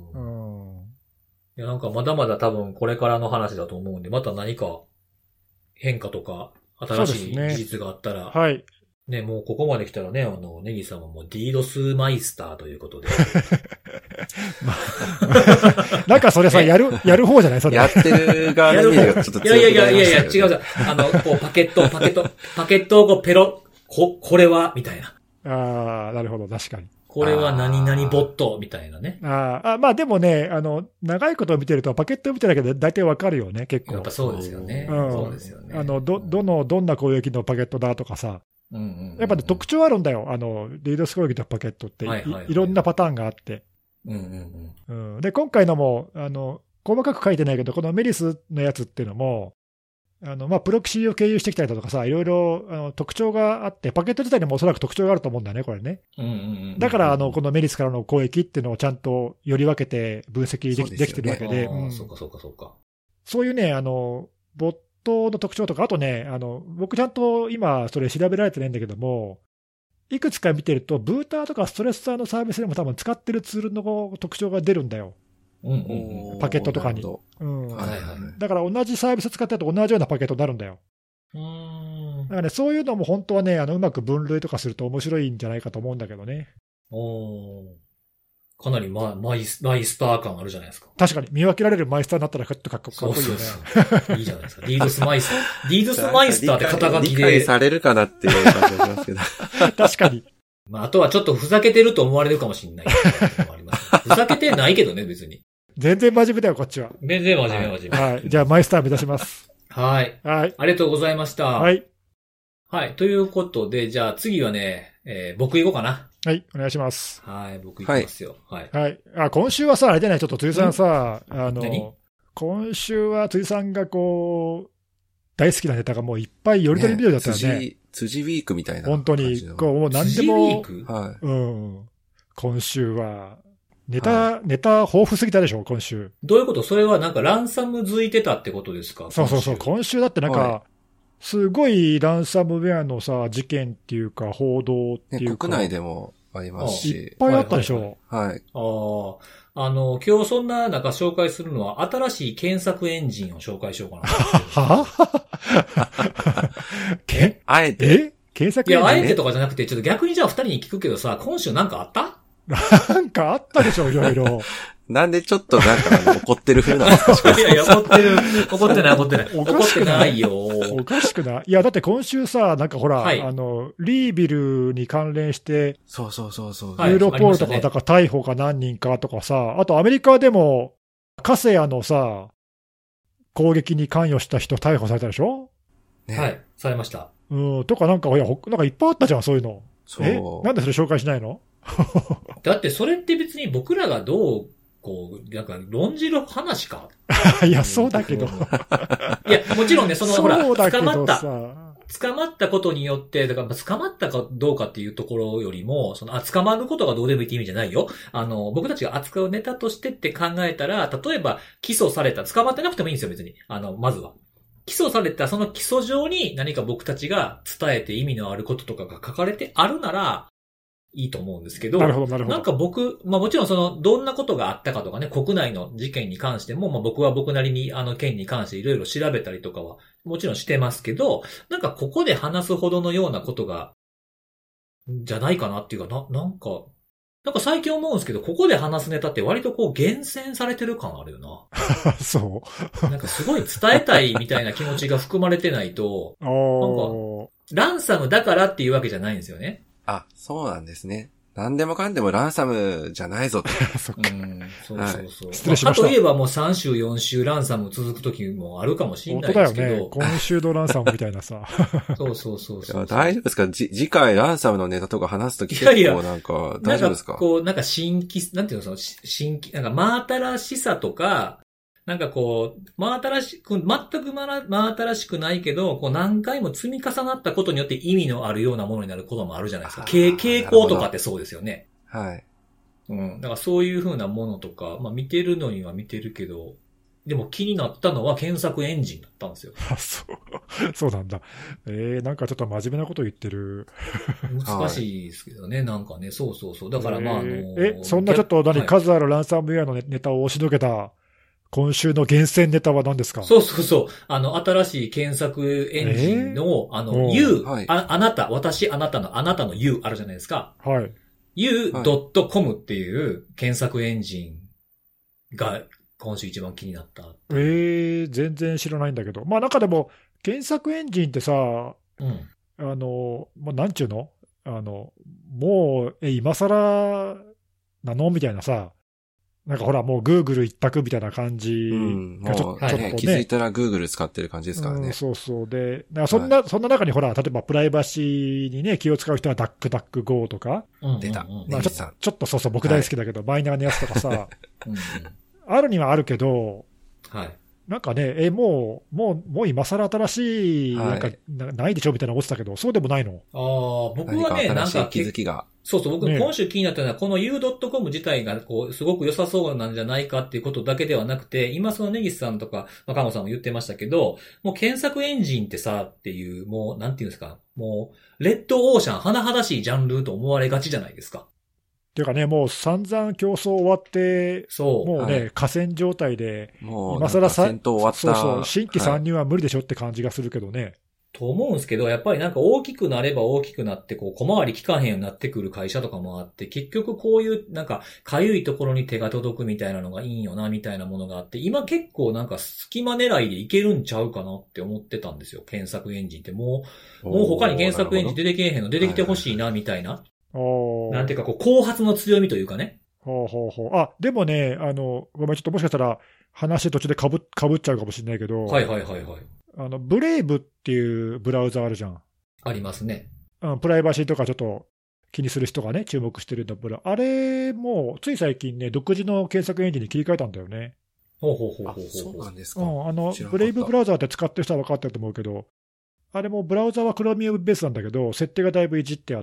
うん。 いや、なんかまだまだ多分これからの話だと思うんで、また何か変化とか新しい技術があったら、 ね、はい。 ね、もうここまで来たらね、あの、ネギさんはもう ディードス マイスターということで。 まあ、なんかそれさ、やる、やる方じゃないそれ。 やってる側のイメージがちょっと強くなりましたよね。 いやいやいやいやいや、違う。あの、こう、パケット、パケット、パケットをこう、ペロ、こ、これは、みたいな。 ああ、なるほど、確かに。 これは何々ボット、みたいなね。 ああ、まあでもね、あの、長いことを見てると、パケットを見てるだけで大体わかるよね、結構。 やっぱそうですよね。 うん、 そうですよね。 あの、ど、どの、どんな攻撃のパケットだとかさ。 うんうんうんうん、 やっぱ、ね、特徴あるんだよ。あの、ディードス攻撃のパケットって、はいはいはい、い, いろんなパターンがあって。 うんうんうんうん、で、今回のも、あの、細かく書いてないけど、このメリスのやつっていうのも、あの、まあ、プロキシーを経由してきたりだとかさ、いろいろあの特徴があって、パケット自体にもおそらく特徴があると思うんだよね、これね。 うんうんうん、 だから、あの、このメリスからの攻撃っていうのをちゃんとより分けて分析でき、ね、できてるわけで。 うん、そうかそうかそうか。 そういうね、あの、ボットの特徴とか、あとね、あの、僕ちゃんと今それ調べられてないんだけども、いくつか見てると、ブーターとかストレッサーのサービスでも多分使ってるツールの特徴が出るんだよ。 うんうんうん、 パケットとかに。うん、はいはい、だから同じサービス使ってると同じようなパケットになるんだよ。 うーん、 だからね、そういうのも本当はね、あのうまく分類とかすると面白いんじゃないかと思うんだけどね。 おー、かなりママイス、マイスター感あるじゃないですか。 確かに、見分けられるマイスターになったらかっこいいよね。 そうそうそういいじゃないですか。ディードスマイスター。ディードスマイスターって肩書きで。 理解されるかなっていう感じがしますけど。 確かに。 まあ、あとはちょっとふざけてると思われるかもしれない。ふざけてないけどね、別に。 全然真面目だよ、こっちは。 全然真面目、真面目。 はい。じゃあ、マイスター目指します。 はい。 はい。 ありがとうございました。 はい。 はい。ということで、じゃあ次はね、えー、僕行こうかな。 はい、お願いします。 はい、僕行きますよ。はい。 はい。あ、今週はさ、あれじゃない、ちょっと辻さんさ、あの、今週は辻さんがこう、大好きなネタがもういっぱいよりどりみどりだったよね。 ね、辻、辻ウィークみたいな。 本当に、こう、もう何でも、 辻ウィーク？ はい。 うん。今週は、ネタ、はい、ネタ豊富すぎたでしょ、今週。 どういうこと？それはなんかランサム付いてたってことですか？ そうそうそう。今週だってなんか、はい、すごいランサムウェアのさ、事件っていうか、報道っていうか。 ね、国内でもありますし。 いっぱいあったでしょ。 はい。はいはい、 ああ。あの、今日そんな中紹介するのは、新しい検索エンジンを紹介しようかな。 はぁえあえてえ検索エンジン？ いや、あえてとかじゃなくて、ちょっと逆にじゃあ二人に聞くけどさ、今週なんかあった？ なんかあったでしょ、いろいろ。 なんでちょっとなんか怒ってる風なんですか？ いやいや、怒ってる。怒ってない、怒ってない。怒ってないよ。 おかしくない？いや、だって今週さ、なんかほら、はい、あの、リービルに関連して、 そうそうそうそう。 ユーロポールとか、はい、だから逮捕が何人かとかさ、あとアメリカでも、カセヤのさ、攻撃に関与した人逮捕されたでしょ？ ね、 はい、されました。 うん、とかなんか、いや、なんかいっぱいあったじゃん、そういうの。 そう。 え？なんでそれ紹介しないの？ だってそれって別に僕らがどう、こう、なんか論じる話か。 いや、そうだけど。 いや、もちろんね、その、ほら、捕まった。 捕まったことによって、だから、捕まったかどうかっていうところよりも、その、あ、捕まることがどうでもいいって意味じゃないよ。あの、僕たちが扱うネタとしてって考えたら、例えば、起訴された、捕まってなくてもいいんですよ、別に。あの、まずは。起訴された、その起訴状に何か僕たちが伝えて意味のあることとかが書かれてあるなら、いいと思うんですけど、 なるほど、なるほど。 なんか僕、まあもちろんその、どんなことがあったかとかね、国内の事件に関しても、まあ僕は僕なりにあの件に関していろいろ調べたりとかは、もちろんしてますけど、なんかここで話すほどのようなことが、じゃないかなっていうか、な、なんか、なんか最近思うんですけど、ここで話すネタって割とこう厳選されてる感あるよな。 そう。 なんかすごい伝えたいみたいな気持ちが含まれてないと、なんか、ランサムだからっていうわけじゃないんですよね。 あ、そうなんですね。何でもかんでもランサムじゃないぞと。 そっか。 うん、そうそうそう。はい、 失礼しました。 かといえばもうさん週よん週ランサム続く時もあるかもしれないですけど。 本当だよね。今週のランサムみたいなさ。 そうそうそうそう。 大丈夫ですか？じ、次回ランサムのネタとか話すとき結構なんか大丈夫ですか？ なんかこう、なんか新規、なんていうのその新規、なんか真新しさとか、なんかこう、真新しく、全く真新しくないけど、こう何回も積み重なったことによって意味のあるようなものになることもあるじゃないですか。傾向とかってそうですよね。 はい。 うん。だからそういう風なものとか、まあ見てるのには見てるけど、でも気になったのは検索エンジンだったんですよ。 あ、そう。そうなんだ。えー、なんかちょっと真面目なこと言ってる。 難しいですけどね、なんかね、そうそうそう。だからまあ、あのー、 え、そんなちょっと何、はい、数あるランサムウェアのネタを押しのけた、今週の厳選ネタは何ですか？ そうそうそう。あの、新しい検索エンジンの、えー、あの、You、はい、あ、あなた、私、あなたの、あなたの You あるじゃないですか。 はい。 ユードットコム っていう検索エンジンが今週一番気になった。 えー、全然知らないんだけど。まあ中でも、検索エンジンってさ、 うん、 あの、もうなんちゅうのあの、もう、え、今更なのみたいなさ、なんかほら、もう Google 一択みたいな感じがちょ、 うん、ちょっとね、気づいたら Google 使ってる感じですからね。 うん、そうそう。で、なんかそんな、はい、そんな中にほら、例えばプライバシーにね、気を使う人は ダックダックゴー とか。 出た。 まあちょっと、ちょっとそうそう、僕大好きだけど、はい、マイナーなやつとかさ、うん、あるにはあるけど、 はい。 なんかね、え、もう、もう、もう今更新しい、なんか、な、ないでしょみたいな思ってたけど、そうでもないの？ ああ、僕はね、なんか気づきが。 そうそう、僕、今週気になったのは、この ユードットコム 自体が、こう、すごく良さそうなんじゃないかっていうことだけではなくて、今その根岸さんとか、まあ、カモさんも言ってましたけど、もう検索エンジンってさ、っていう、もう、なんていうんですか、もう、レッドオーシャン、甚だしいジャンルと思われがちじゃないですか。 ていうかね、もう散々競争終わって、 そう。 もうね、はい、河川状態で、今更さ、 戦闘終わった。 そうそう、新規参入は無理でしょって感じがするけどね。はい、 と思うんですけど、やっぱりなんか大きくなれば大きくなって、こう、小回り効かへんようになってくる会社とかもあって、結局こういう、なんか、かゆいところに手が届くみたいなのがいいよな、みたいなものがあって、今結構なんか隙間狙いでいけるんちゃうかなって思ってたんですよ。検索エンジンってもう、もう他に検索エンジン出てけえへんの、出てきてほしいな、みたいな。なんていうか、こう、後発の強みというかね。 ほうほうほう。あ、でもね、あの、ごめん、ちょっともしかしたら、話途中でかぶ、かぶっちゃうかもしれないけど。 はいはいはいはい。 あの、ブレイブっていうブラウザあるじゃん。 ありますね。 うん、プライバシーとかちょっと気にする人がね、注目してるんだブラ。あれも、つい最近ね、独自の検索エンジンに切り替えたんだよね。 ほうほうほうほうほう。 そうなんですか。 うん、あの、ブレイブブラウザーって使ってる人は分かってると思うけど、あれもブラウザはクロミウムベースなんだけど、設定がだいぶいじってあって、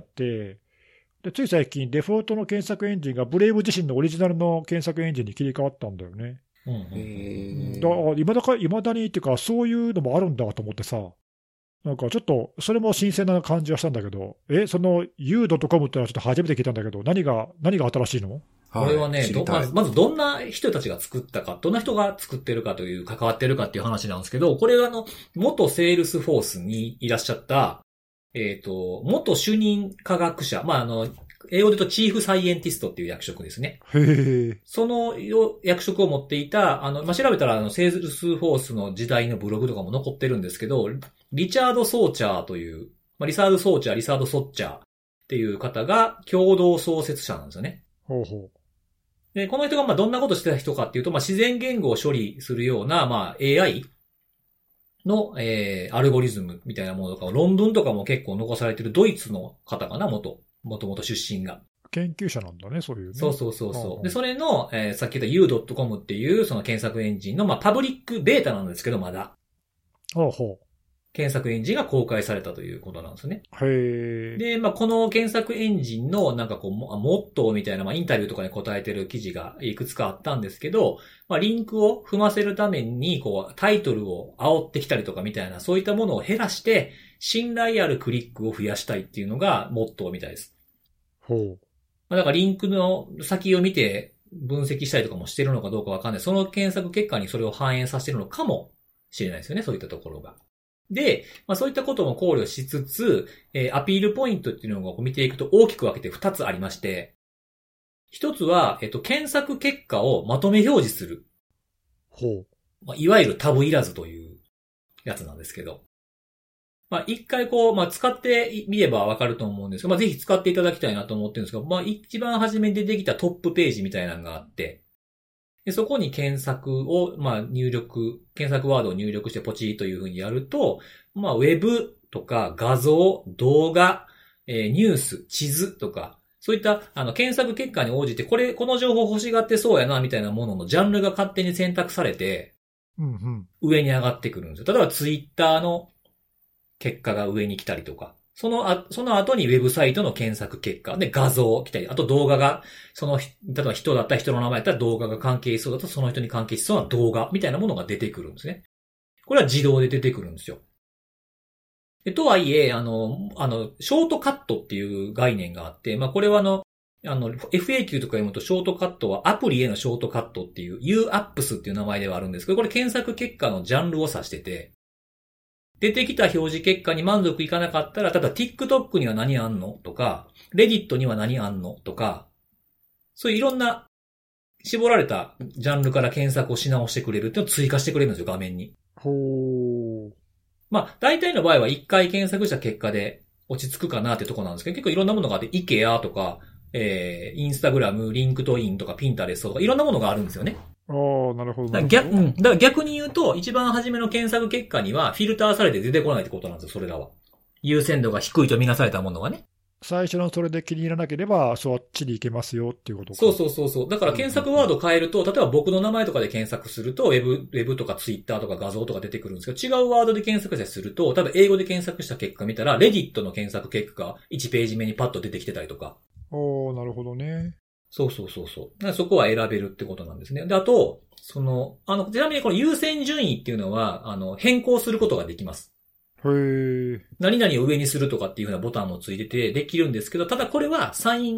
でつい最近、デフォルトの検索エンジンがブレイブ自身のオリジナルの検索エンジンに切り替わったんだよね。 うんうん、 だいまだか、いまだにっていうか、そういうのもあるんだと思ってさ、なんかちょっと、それも新鮮な感じはしたんだけど、え、その ユードットコム ってのはちょっと初めて聞いたんだけど、何が、何が新しいの？ これはね、どまず、まずどんな人たちが作ったか、どんな人が作ってるかという、関わってるかっていう話なんですけど、これはあの、元セールスフォースにいらっしゃった、えっと、元主任科学者、まあ、あの、英語で言うとチーフサイエンティストっていう役職ですね。 へー。 その役職を持っていた、あの、まあ、調べたらあの、セールスフォースの時代のブログとかも残ってるんですけど、リチャード・ソーチャーという、まあ、リサード・ソーチャー、リサード・ソッチャーっていう方が共同創設者なんですよね。 ほうほう。 で、この人がまあどんなことしてた人かっていうと、まあ、自然言語を処理するような、まあ、エーアイ の、えー、アルゴリズムみたいなものとか、論文とかも結構残されてるドイツの方かな、元。もともと出身が。 研究者なんだね、そういうね。 そうそうそうそう。で、それの、えー、さっき言った ユードットコム っていうその検索エンジンの、まあ、パブリックベータなんですけど、まだ。 ほうほう。 検索エンジンが公開されたということなんですね。 へー。 で、まあ、この検索エンジンのなんかこう、モットーみたいな、まあ、インタビューとかに答えてる記事がいくつかあったんですけど、まあ、リンクを踏ませるために、こう、タイトルを煽ってきたりとかみたいな、そういったものを減らして、信頼あるクリックを増やしたいっていうのがモットーみたいです。 ほう。 まあ、だからリンクの先を見て分析したりとかもしてるのかどうかわかんない。その検索結果にそれを反映させてるのかもしれないですよね。そういったところが。で、まあそういったことも考慮しつつ、えー、アピールポイントっていうのを見ていくと大きく分けてふたつありまして、ひとつは、えっと、検索結果をまとめ表示する。 ほう。 まあ、いわゆるタブいらずというやつなんですけど。まあ一回こう、まあ使ってみればわかると思うんですけど、まあぜひ使っていただきたいなと思ってるんですけど、まあ一番初めに出てきたトップページみたいなのがあって、でそこに検索を、まあ入力、検索ワードを入力してポチーという風にやると、まあウェブとか画像、動画、えー、ニュース、地図とか、そういったあの検索結果に応じて、これ、この情報欲しがってそうやな、みたいなもののジャンルが勝手に選択されて、 うんうん、 上に上がってくるんですよ。例えばツイッターの結果が上に来たりとか、そのあ、その後にウェブサイトの検索結果で画像来たり、あと動画が、その、例えば人だったら人の名前だったら動画が関係しそうだとその人に関係しそうな動画みたいなものが出てくるんですね。これは自動で出てくるんですよ。でとはいえ、あの、あの、ショートカットっていう概念があって、まあこれはあの、あの、エフエーキュー とか読むとショートカットはアプリへのショートカットっていう ユーアップス っていう名前ではあるんですけど、これ検索結果のジャンルを指してて、出てきた表示結果に満足いかなかったら、ただ TikTok には何あんのとか、Reddit には何あんのとか、そういういろんな絞られたジャンルから検索をし直してくれるっていうのを追加してくれるんですよ、画面に。 ほー。 まあ、大体の場合は一回検索した結果で落ち着くかなってとこなんですけど、結構いろんなものがあって、IKEA とか、えー、Instagram、Linkedin とか Pinterest とかいろんなものがあるんですよね。 ああ、なるほど。だから逆、うん。だから逆に言うと、一番初めの検索結果にはフィルターされて出てこないってことなんですよ、それらは。優先度が低いとみなされたものがね。 最初のそれで気に入らなければ、そっちに行けますよっていうことか。 そうそうそうそう。だから検索ワード変えると、例えば僕の名前とかで検索すると、ウェブ、ウェブとかツイッターとか画像とか出てくるんですけど、違うワードで検索したりすると、例えば英語で検索した結果見たら、レディットの検索結果がいちページ目にパッと出てきてたりとか。 おー、なるほどね。 そうそうそうそう。だからそこは選べるってことなんですね。で、あと、その、あの、ちなみにこの優先順位っていうのは、あの、変更することができます。 へー。 何々を上にするとかっていう風なボタンもついててできるんですけど、ただこれはサイン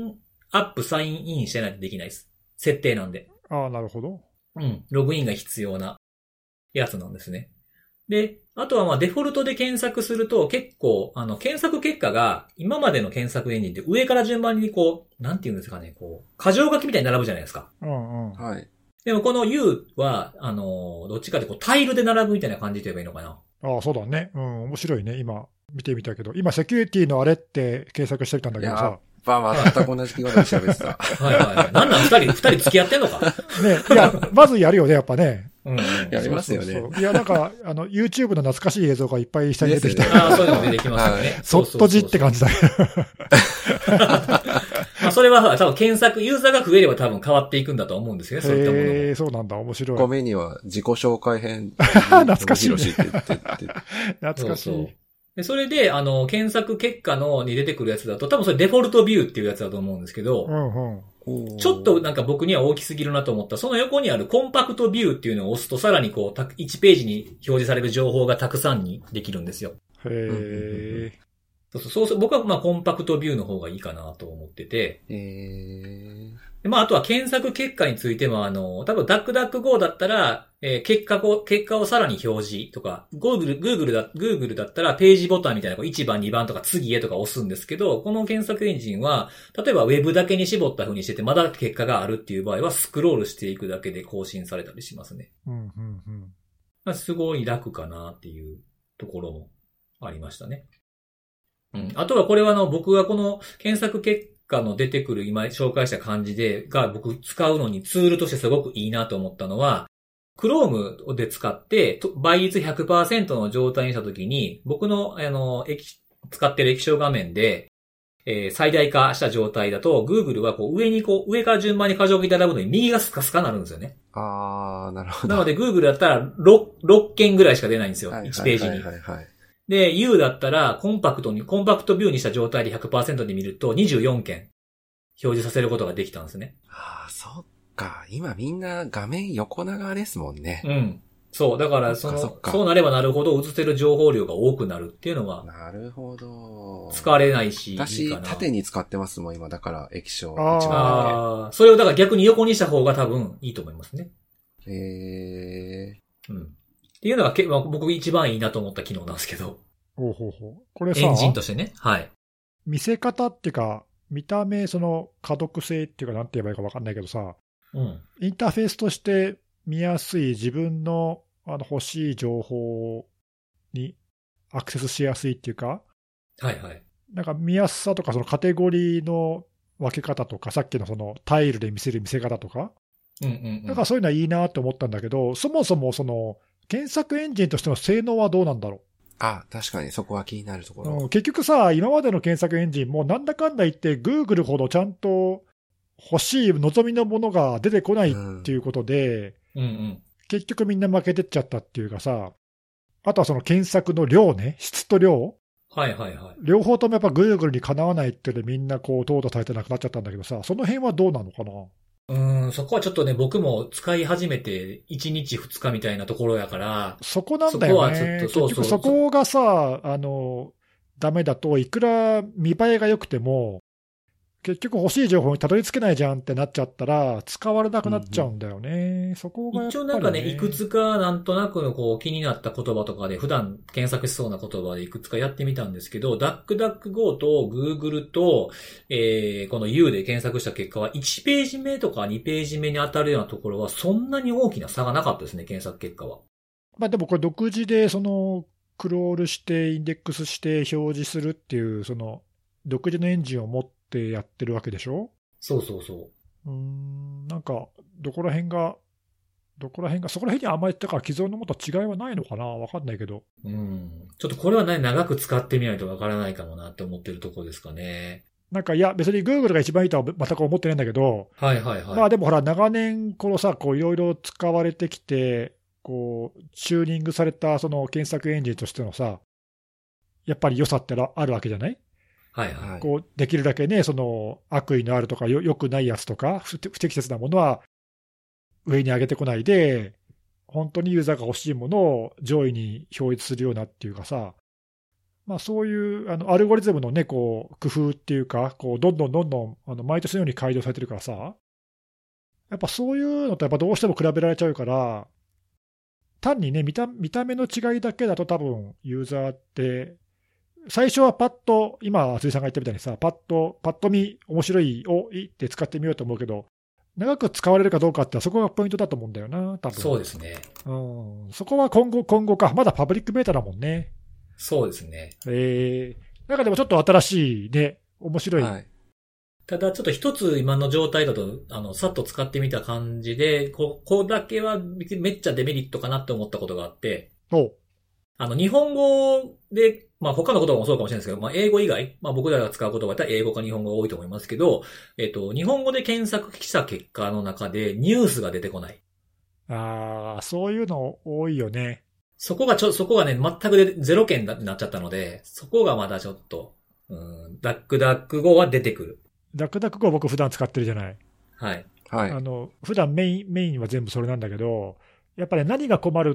アップサインインしてないとできないです。設定なんで。 ああ、なるほど。 うん。ログインが必要なやつなんですね。で、あとはまあデフォルトで検索すると結構、あの、検索結果が今までの検索エンジンって上から順番にこう、なんていうんですかね、こう、箇条書きみたいに並ぶじゃないですか。 うんうん。 はい。 でもこの U は、あの、どっちかってこうタイルで並ぶみたいな感じで言えばいいのかな。 ああ、そうだね。うん、面白いね。今、見てみたけど。今、セキュリティのあれって検索してみたんだけどさ。 やっぱ全く同じことで調べてた。 はいはいはい。なんなん二人、二人付き合ってんのか。 ね、いや、まずやるよね、やっぱね。 うん、 やりますよね。 そうそうそういや、なんか、あの、YouTube の懐かしい映像がいっぱい下に出てきて。 ああ、そういうのも出てきますよね。 そっとじって感じだけど。 まあそれは多分検索、ユーザーが増えれば多分変わっていくんだと思うんですよね、そういったものも。 へえ、そうなんだ、面白い。 ごめんには自己紹介編。 懐かしい、ね。 懐かしい。 懐かしい。 で、それで、あの、検索結果のに出てくるやつだと、多分それデフォルトビューっていうやつだと思うんですけど、 うんうん、ちょっとなんか僕には大きすぎるなと思った。その横にあるコンパクトビューっていうのを押すと、さらにこう、いちページに表示される情報がたくさんにできるんですよ。 へー。 そうそう、そうそう、僕はまあコンパクトビューの方がいいかなと思ってて、 へー。 でまあ、あとは検索結果についても、あの、多分ダックダックゴーだったら、えー、結果を、結果をさらに表示とか、Google、Google だ、Google だったらページボタンみたいな、こういちばん、にばんとか次へとか押すんですけど、この検索エンジンは、例えば Web だけに絞った風にしてて、まだ結果があるっていう場合は、スクロールしていくだけで更新されたりしますね。 うんうんうんまあ、すごい楽かなっていうところもありましたね。うん。あとはこれはあの、僕がこの検索結果の出てくる今紹介した感じで、が僕使うのにツールとしてすごくいいなと思ったのは、Chrome で使って倍率 ひゃくパーセント の状態にしたときに、僕のあの、使ってる液晶画面で、えー、最大化した状態だと、Google はこう上にこう、上から順番に箇条書き並ぶのに右がスカスカになるんですよね。 あー、なるほど。 なので Google だったら 6, 6件ぐらいしか出ないんですよ。 はい、 いちページに。 はいはいはいはい。 で、U だったら、コンパクトに、コンパクトビューにした状態で ひゃくパーセント で見ると、にじゅうよんけん表示させることができたんですね。 ああ、そっか。今みんな画面横長ですもんね。 うん。そう。だから、その、そそうなればなるほど、映せる情報量が多くなるっていうのは、 なるほど。 使れないし、 私、 いいかな。 縦に使ってますもん、今。だから、液晶。 あ一番ああ、それをだから逆に横にした方が多分いいと思いますね。 へえ。 うん。っていうのがけ、まあ、僕一番いいなと思った機能なんですけど。 ほうほうほう。これさ、 エンジンとしてね。はい。 見せ方っていうか、見た目、その、可読性っていうか、なんて言えばいいかわかんないけどさ、 うん。 インターフェースとして見やすい自分の、あの欲しい情報にアクセスしやすいっていうか、 はいはい。 なんか見やすさとか、そのカテゴリーの分け方とか、さっきのそのタイルで見せる見せ方とか、 うんうんうん。 だからそういうのはいいなと思ったんだけど、そもそもその検索エンジンとしての性能はどうなんだろう。 あ、確かにそこは気になるところ。 うん、結局さ、今までの検索エンジンもなんだかんだ言って、Google ほどちゃんと欲しい望みのものが出てこないっていうことで、 うんうん、 結局みんな負けてっちゃったっていうかさ、あとはその検索の量ね、質と量。 はいはいはい。 両方ともやっぱ Google にかなわないっていうのでみんなこう、淘汰されてなくなっちゃったんだけどさ、その辺はどうなのかな。 うーん、そこはちょっとね、僕も使い始めていちにちふつかみたいなところやから、 そこなんだよね。 そこはちょっと、そうそう。 結局そこがさ、あの、ダメだと、いくら見栄えが良くても、結局欲しい情報にたどり着けないじゃんってなっちゃったら、使われなくなっちゃうんだよね。うんうん、そこがやっぱり、ね。 一応なんかね、いくつかなんとなくのこう気になった言葉とかで、普段検索しそうな言葉でいくつかやってみたんですけど、ダックダックゴー と Google と、えー、この U で検索した結果は、いちページ目とかにページ目に当たるようなところは、そんなに大きな差がなかったですね、検索結果は。 まあでもこれ独自で、その、クロールして、インデックスして表示するっていう、その、独自のエンジンを持ってやってるわけでしょ？ そうそうそう。 うーん、なんか、どこら辺が、どこら辺が、そこら辺に甘えてたから既存のものと違いはないのかな？わかんないけど。 うん。ちょっとこれはね、長く使ってみないとわからないかもなって思ってるところですかね。 なんか、いや、別に Google が一番いいとは全く思ってないんだけど、 はいはいはい。 まあでもほら、長年、このさ、こういろいろ使われてきて、こう、チューニングされたその検索エンジンとしてのさ、やっぱり良さってあるわけじゃない？ はいはい。 こうできるだけね、その悪意のあるとかよ、よくないやつとか、不適切なものは上に上げてこないで、本当にユーザーが欲しいものを上位に表示するようなっていうかさ、 まあ、そういうあのアルゴリズムのね、こう、工夫っていうか、こう、どんどんどんどん、あの毎年のように改良されてるからさ、やっぱそういうのとやっぱどうしても比べられちゃうから、単にね、見た、見た目の違いだけだと多分、ユーザーって、最初はパッと、今、辻さんが言ったみたいにさ、パッと、パッと見、面白い、お、いいって使ってみようと思うけど、長く使われるかどうかって、そこがポイントだと思うんだよな、多分。 そうですね。 うん。そこは今後、今後か。まだパブリックベータだもんね。 そうですね。 ええー。なんかでもちょっと新しいね、面白い。はい、 ただちょっと一つ今の状態だと、あの、さっと使ってみた感じで、ここだけはめっちゃデメリットかなって思ったことがあって、 おあの、日本語で、まあ他の言葉もそうかもしれないですけど、まあ英語以外、まあ僕らが使う言葉だったら英語か日本語が多いと思いますけど、えっと、日本語で検索した結果の中でニュースが出てこない。 ああ、そういうの多いよね。 そこがちょ、そこがね、全くでゼロ件になっちゃったので、そこがまだちょっと、うん、ダックダック語は出てくる。 ダックダック語は僕普段使ってるじゃない。 はい。 はい。 あの、普段メイン、メインは全部それなんだけど、やっぱり何が困るって、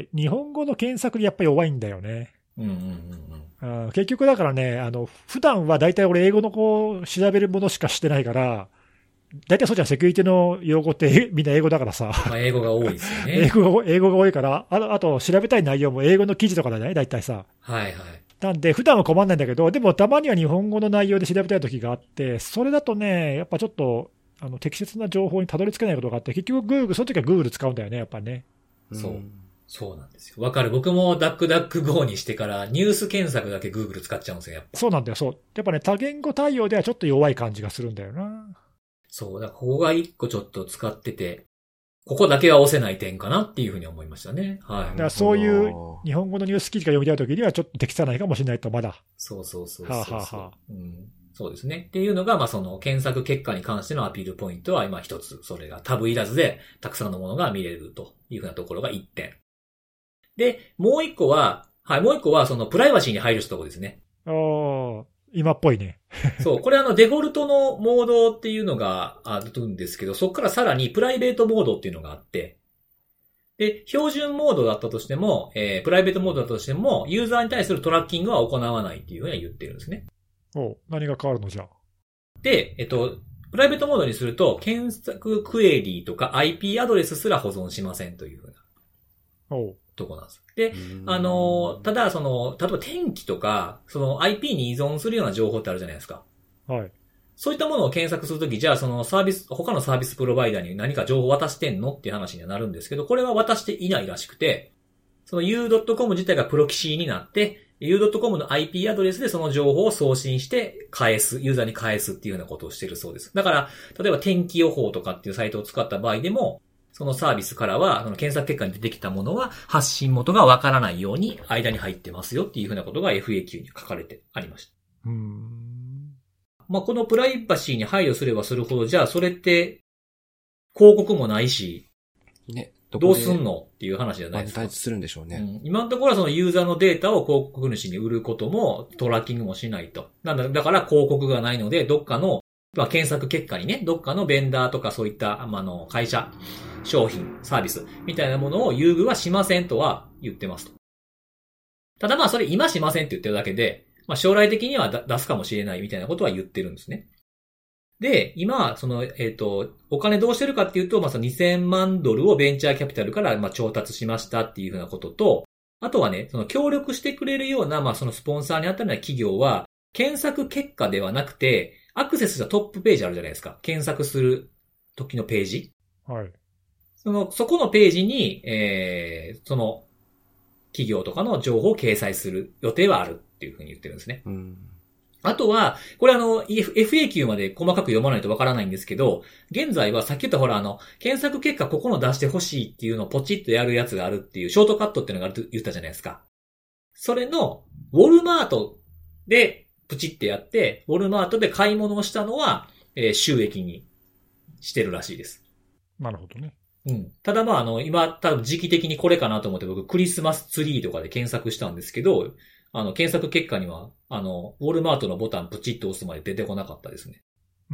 日本語の検索にやっぱり弱いんだよね。 うんうんうんうん、 結局だからね、あの、普段は大体俺英語のこう、調べるものしかしてないから、大体そうじゃん、セキュリティの用語ってみんな英語だからさ。 まあ英語が多いですよね。 英語が、英語が多いから、あと、あと調べたい内容も英語の記事とかだね、大体さ。 はいはい。 なんで、普段は困んないんだけど、でもたまには日本語の内容で調べたい時があって、それだとね、やっぱちょっと、あの、適切な情報にたどり着けないことがあって、結局グーグル、その時はグーグル使うんだよね、やっぱね。 そう。そうなんですよ。わかる。僕もダックダックゴーにしてからニュース検索だけ Google 使っちゃうんですよ、やっぱ。 そうなんだよ、そう。やっぱね、多言語対応ではちょっと弱い感じがするんだよな。 そう。だからここが一個ちょっと使ってて、ここだけは押せない点かなっていうふうに思いましたね。はい。だからそういう日本語のニュース記事が読みたいときにはちょっと適さないかもしれないと、まだ。 そうそうそうそう。 はあ、はあはあ、 うん。そうですね。っていうのが、まあその検索結果に関してのアピールポイントは今一つ、それがタブいらずでたくさんのものが見れるというふうなところが一点。で、もう一個は、はい、もう一個はそのプライバシーに配慮したところですね。 ああ、今っぽいね。 そう、これあのデフォルトのモードっていうのがあるんですけど、そこからさらにプライベートモードっていうのがあって、で、標準モードだったとしても、えー、プライベートモードだったとしても、ユーザーに対するトラッキングは行わないっていうふうに言ってるんですね。 お、何が変わるのじゃあ。 で、えっと、プライベートモードにすると、検索クエリーとか アイピー アドレスすら保存しませんというふうな。 おとこなんです。で、あの、ただ、その、例えば天気とか、その アイピー に依存するような情報ってあるじゃないですか。 はい。 そういったものを検索するとき、じゃあそのサービス、他のサービスプロバイダーに何か情報を渡してんのっていう話にはなるんですけど、これは渡していないらしくて、その ユードットコム 自体がプロキシーになって、ユードットコム の アイピー アドレスでその情報を送信して返す、ユーザーに返すっていうようなことをしているそうです。だから、例えば天気予報とかっていうサイトを使った場合でも、そのサービスからは、その検索結果に出てきたものは発信元がわからないように間に入ってますよっていうふうなことが エフエーキュー に書かれてありました。 うーん。 まあ、このプライバシーに配慮すればするほど、じゃあそれって広告もないし、 ね、 どうすんのっていう話じゃないですか。 マネタイズするんでしょうね。 うん、今のところはそのユーザーのデータを広告主に売ることもトラッキングもしないと。なんだ、だから広告がないので、どっかの、まあ、検索結果にね、どっかのベンダーとかそういった、まあ、の会社、商品、サービスみたいなものを優遇はしませんとは言ってますと。ただまあそれ今しませんって言ってるだけで、まあ将来的には出すかもしれないみたいなことは言ってるんですね。で、今、その、えっと、お金どうしてるかっていうと、まあそのにせんまんドルをベンチャーキャピタルからまあ調達しましたっていうふうなことと、あとはね、その協力してくれるような、まあそのスポンサーにあたるような企業は、検索結果ではなくて、アクセスしたトップページあるじゃないですか。検索する時のページ。 はい。 その、そこのページに、えー、その、企業とかの情報を掲載する予定はあるっていうふうに言ってるんですね。 うん、 あとは、これあの、エフエーキュー まで細かく読まないとわからないんですけど、現在はさっき言ったほらあの、検索結果ここの出してほしいっていうのをポチッとやるやつがあるっていう、ショートカットっていうのがあると言ったじゃないですか。それの、ウォルマートでプチってやって、ウォルマートで買い物をしたのは、えー、収益にしてるらしいです。 なるほどね。 うん。ただまああの、今多分時期的にこれかなと思って僕クリスマスツリーとかで検索したんですけど、あの、検索結果には、あの、ウォルマートのボタンプチッと押すまで出てこなかったですね。 うん。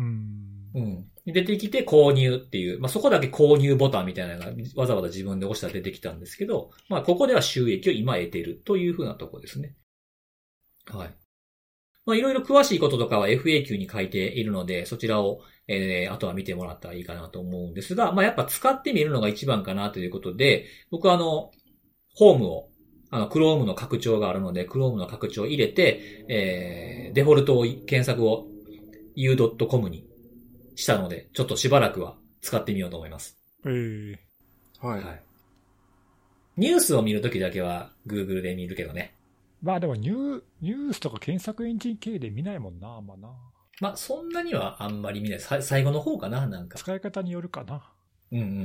うん。出てきて購入っていう、まあ、そこだけ購入ボタンみたいなのがわざわざ自分で押したら出てきたんですけど、まあ、ここでは収益を今得ているというふうなところですね。 はい。まあいろいろ詳しいこととかは エフエーキュー に書いているので、そちらを、えー、あとは見てもらったらいいかなと思うんですが、まあやっぱ使ってみるのが一番かなということで、僕はあの、ホームを、あの、Chrome の拡張があるので、Chrome の拡張を入れて、えー、デフォルトを検索を ユードットコム にしたので、ちょっとしばらくは使ってみようと思います。 えー、 はい。はい。 ニュースを見るときだけは Google で見るけどね。 まあでもニュー、ニュースとか検索エンジン系で見ないもんな、まあな。 まあそんなにはあんまり見ない。さ最後の方かな、なんか。 使い方によるかな。 うんうんうんうん。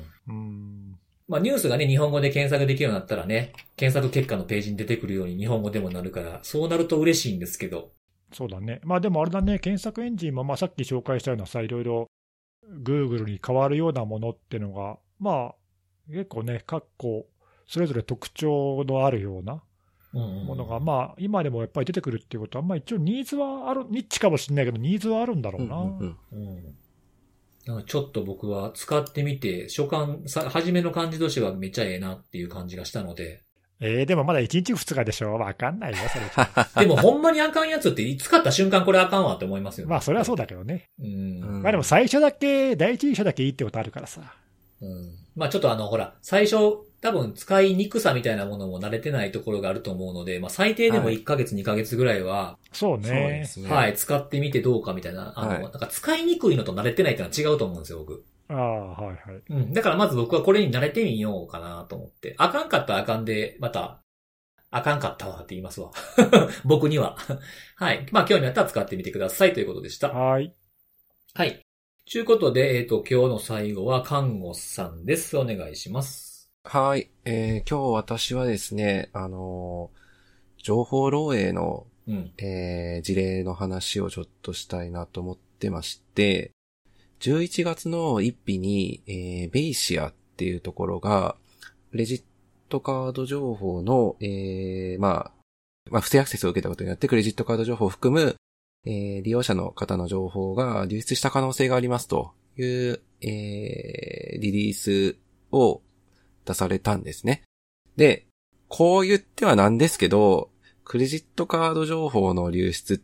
うーん。 まあニュースがね、日本語で検索できるようになったらね、検索結果のページに出てくるように日本語でもなるから、そうなると嬉しいんですけど。 そうだね。まあでもあれだね、検索エンジンもまあさっき紹介したようなさ、いろいろ Google に変わるようなものっていうのが、まあ結構ね、各個それぞれ特徴のあるようなものが、まあ今でもやっぱり出てくるっていうことは、まあ一応ニーズはある、ニッチかもしれないけど、ニーズはあるんだろうな。 うんうんうんうんなんかちょっと僕は使ってみて、初感、さ、初めの感じとしてはめっちゃええなっていう感じがしたので。 えー、でもまだいちにちふつかでしょ、わかんないよ、それ。でもほんまにあかんやつって使った瞬間これあかんわって思いますよね。 まあそれはそうだけどね。 うん。 まあでも最初だけ、第一印象だけいいってことあるからさ。 うん。まあちょっとあの、ほら、最初、多分使いにくさみたいなものも慣れてないところがあると思うので、まあ最低でもいっかげつ、はい、にかげつぐらいは、 そうね。そうですね。 はい、使ってみてどうかみたいな、あの、はい、なんか使いにくいのと慣れてないってのは違うと思うんですよ、僕。 ああ、はいはい。 うん。だからまず僕はこれに慣れてみようかなと思って。あかんかったらあかんで、また、あかんかったわって言いますわ。僕には。はい。まあ興味あったら使ってみてくださいということでした。 はい。 はい。ということで、えっと、今日の最後は、看護さんです。お願いします。 はい。えー、今日私はですね、あのー、情報漏洩の、うん、えー、事例の話をちょっとしたいなと思ってまして、じゅういちがつのついたちに、えー、ベイシアっていうところが、レジットカード情報の、えー、まあ、まあ、不正アクセスを受けたことによって、クレジットカード情報を含む、えー、利用者の方の情報が流出した可能性がありますという、えー、リリースを出されたんですね。で、こう言ってはなんですけど、クレジットカード情報の流出って、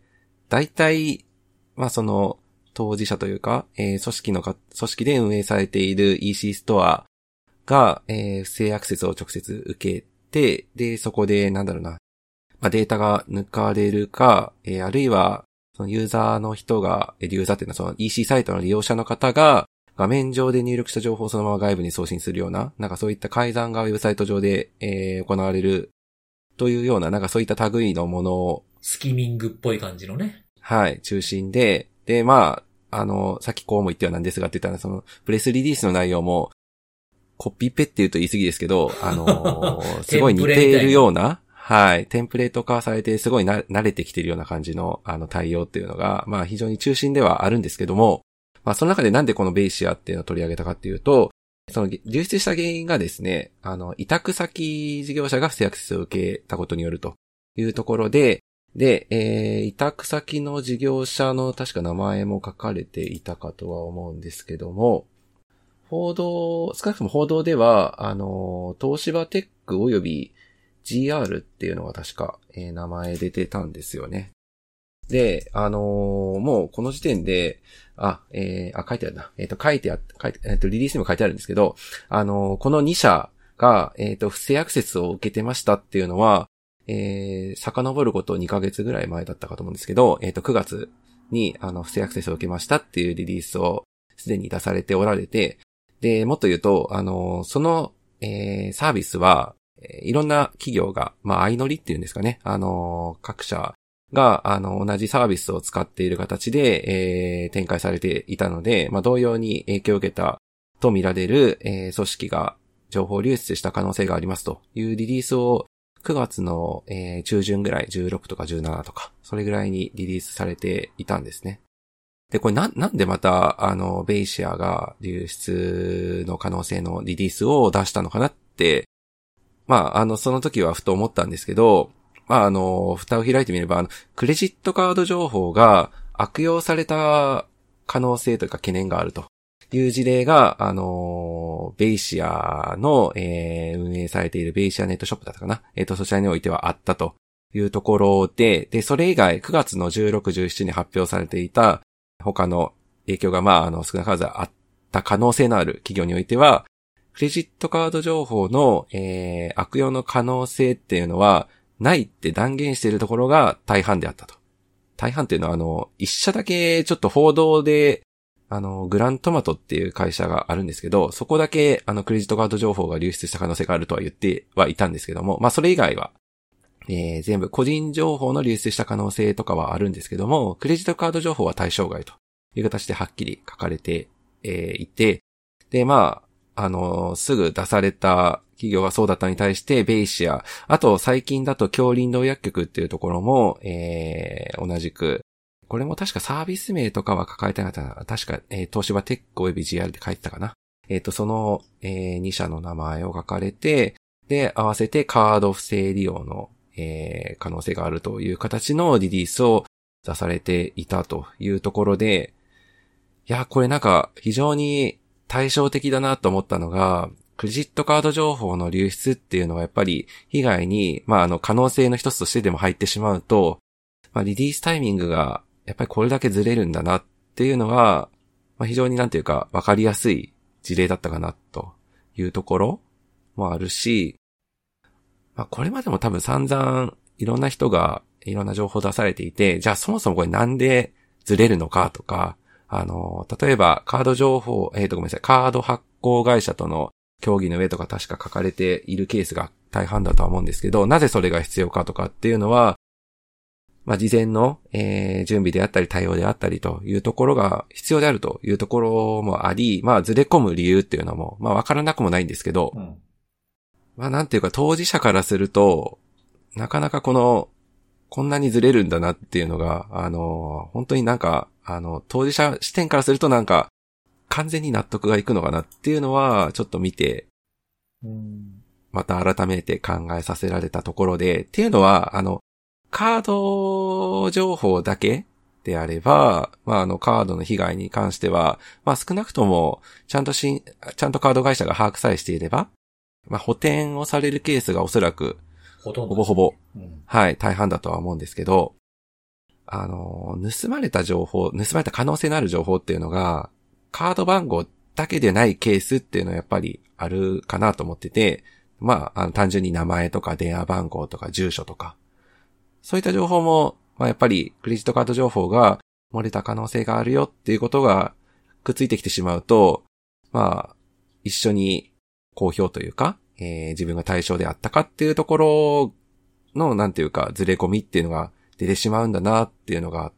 大体、まあその、当事者というか、えー、組織のか、組織で運営されている イーシー ストアが、えー、不正アクセスを直接受けて、で、そこで、なんだろうな、まあ、データが抜かれるか、えー、あるいは、そのユーザーの人が、ユーザーっていうのはその イーシー サイトの利用者の方が、画面上で入力した情報をそのまま外部に送信するような、なんかそういった改ざんがウェブサイト上で、えー、行われるというような、なんかそういった類のものを、 スキミングっぽい感じのね。 はい、中心で、で、まあ、あの、さっきこうも言ってはなんですがって言ったら、その、プレスリリースの内容も、コピペって言うと言い過ぎですけど、あのー、すごい似ているような、はい、テンプレート化されてすごいな慣れてきているような感じの、あの、対応っていうのが、まあ非常に中心ではあるんですけども、まあその中でなんでこのベイシアっていうのを取り上げたかっていうと、その流出した原因がですね、あの、委託先事業者が不正アクセスを受けたことによるというところで、で、えー、委託先の事業者の確か名前も書かれていたかとは思うんですけども、報道、少なくとも報道では、あの、東芝テック及び ジーアール っていうのが確か、えー、名前出てたんですよね。で、あのー、もうこの時点で、あ、えー、あ、書いてあるな。えっ、ー、と、書いてあって、書いて、えっ、ー、と、リリースにも書いてあるんですけど、あのー、このに社が、えっ、と、不正アクセスを受けてましたっていうのは、えー、遡ることにかげつぐらい前だったかと思うんですけど、えっ、と、くがつに、あの、不正アクセスを受けましたっていうリリースをすでに出されておられて、で、もっと言うと、あの、その、えー、サービスは、いろんな企業が、まあ、相乗りっていうんですかね。あの、各社が、あの、同じサービスを使っている形で、えー、展開されていたので、まあ、同様に影響を受けたと見られる、えー、組織が情報流出した可能性がありますというリリースをくがつの、えー、中旬ぐらい、じゅうろくとかじゅうななとか、それぐらいにリリースされていたんですね。で、これな、なんでまた、あの、ベイシアが流出の可能性のリリースを出したのかなって、まあ、あの、その時はふと思ったんですけど、まあ、あの、蓋を開いてみれば、あの、クレジットカード情報が悪用された可能性というか懸念があるという事例が、あの、ベイシアの、えー、運営されているベイシアネットショップだったかな。えっと、そちらにおいてはあったというところで、で、それ以外くがつのじゅうろく、じゅうしちに発表されていた他の影響がまあ、あの、少なからずあった可能性のある企業においては、クレジットカード情報の、えー、悪用の可能性っていうのはないって断言しているところが大半であったと。大半っていうのはあの、一社だけちょっと報道で、あの、グラントマトっていう会社があるんですけど、そこだけあの、クレジットカード情報が流出した可能性があるとは言ってはいたんですけども、まあそれ以外は、えー、全部個人情報の流出した可能性とかはあるんですけども、クレジットカード情報は対象外という形ではっきり書かれて、えー、いて、で、まあ、あの、すぐ出された企業がそうだったのに対して、ベイシア、あと最近だと京林道薬局っていうところも、えー、同じく、これも確かサービス名とかは書かれてなかったな。確か、えー、東芝テックおよび ジーアール って書いてたかな。えっと、その、えー、に社の名前を書かれて、で、合わせてカード不正利用の、えー、可能性があるという形のリリースを出されていたというところで、いや、これなんか非常に対照的だなと思ったのが、クレジットカード情報の流出っていうのはやっぱり被害に、まあ、あの、可能性の一つとしてでも入ってしまうと、まあ、リリースタイミングがやっぱりこれだけずれるんだなっていうのは、まあ、非常になんていうか分かりやすい事例だったかなというところもあるし、まあ、これまでも多分散々いろんな人がいろんな情報出されていて、じゃあそもそもこれなんでずれるのかとか、あの、例えばカード情報、えっとごめんなさい、カード発行会社との協議の上とか確か書かれているケースが大半だとは思うんですけど、なぜそれが必要かとかっていうのは、まあ、事前の、えー、準備であったり対応であったりというところが必要であるというところもあり、まあ、ずれ込む理由っていうのも、まあ、わからなくもないんですけど、うん、まあ、なんていうか当事者からすると、なかなかこの、こんなにずれるんだなっていうのが、あの、本当になんか、あの、当事者視点からするとなんか、完全に納得がいくのかなっていうのは、ちょっと見て、また改めて考えさせられたところで、っていうのは、あの、カード情報だけであれば、まあ、あの、カードの被害に関しては、まあ、少なくとも、ちゃんとし、ちゃんとカード会社が把握さえしていれば、まあ、補填をされるケースがおそらく、ほとんど、ほぼほぼ、うん、はい、大半だとは思うんですけど、あの、盗まれた情報、盗まれた可能性のある情報っていうのが、カード番号だけでないケースっていうのはやっぱりあるかなと思ってて、まあ、あの単純に名前とか電話番号とか住所とか、そういった情報も、まあやっぱりクレジットカード情報が漏れた可能性があるよっていうことがくっついてきてしまうと、まあ、一緒に公表というか、えー、自分が対象であったかっていうところの、なんていうか、ずれ込みっていうのが出てしまうんだなっていうのがあって、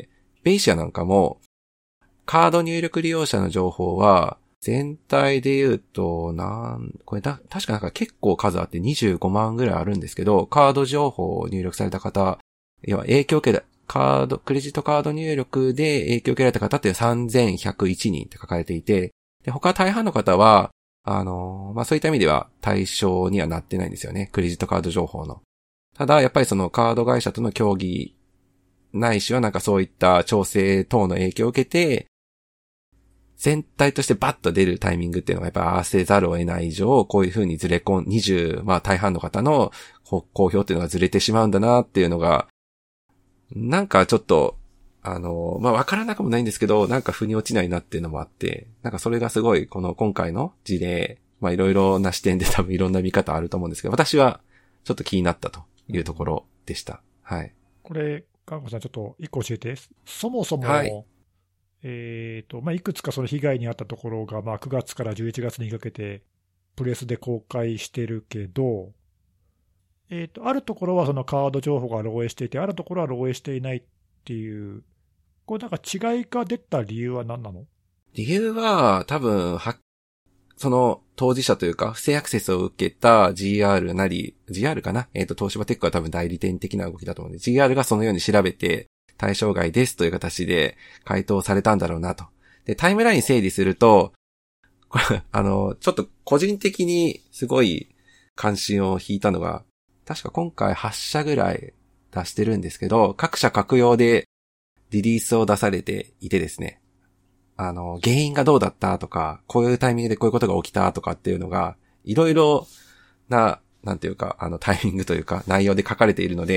ベイシアなんかも、カード入力利用者の情報は、全体で言うと、なん、これだ、確かなんか結構数あってにじゅうごまんぐらいあるんですけど、カード情報を入力された方、いや、影響を受けた、カード、クレジットカード入力で影響を受けられた方ってさんぜんひゃくいちにんって書かれていて、で、他大半の方は、あの、まあ、そういった意味では対象にはなってないんですよね。クレジットカード情報の。ただ、やっぱりそのカード会社との協議、ないしはなんかそういった調整等の影響を受けて、全体としてバッと出るタイミングっていうのがやっぱ合わせざるを得ない以上、こういう風にずれ込ん、にじゅう、まあ大半の方の公表っていうのがずれてしまうんだなっていうのが、なんかちょっと、あの、まあわからなくもないんですけど、なんか腑に落ちないなっていうのもあって、なんかそれがすごいこの今回の事例、まあいろいろな視点で多分いろんな見方あると思うんですけど、私はちょっと気になったというところでした。はい。 これ、かんこさんちょっと一個教えて。そもそも、はい、えっと、まあ、いくつかその被害に遭ったところが、まあ、くがつからじゅういちがつにかけて、プレスで公開してるけど、えっと、あるところはそのカード情報が漏洩していて、あるところは漏洩していないっていう、これなんか違いが出た理由は何なの？ 理由は、多分、は、その当事者というか、不正アクセスを受けた ジーアール なり、ジーアール かな？えっと、東芝テックは多分代理店的な動きだと思うんで、ジーアール がそのように調べて、対象外ですという形で回答されたんだろうなと。で、タイムライン整理すると、これ、あの、ちょっと個人的にすごい関心を引いたのが、確か今回はち社ぐらい出してるんですけど、各社各用でリリースを出されていてですね、あの、原因がどうだったとか、こういうタイミングでこういうことが起きたとかっていうのが、いろいろな、なんていうか、あのタイミングというか内容で書かれているので、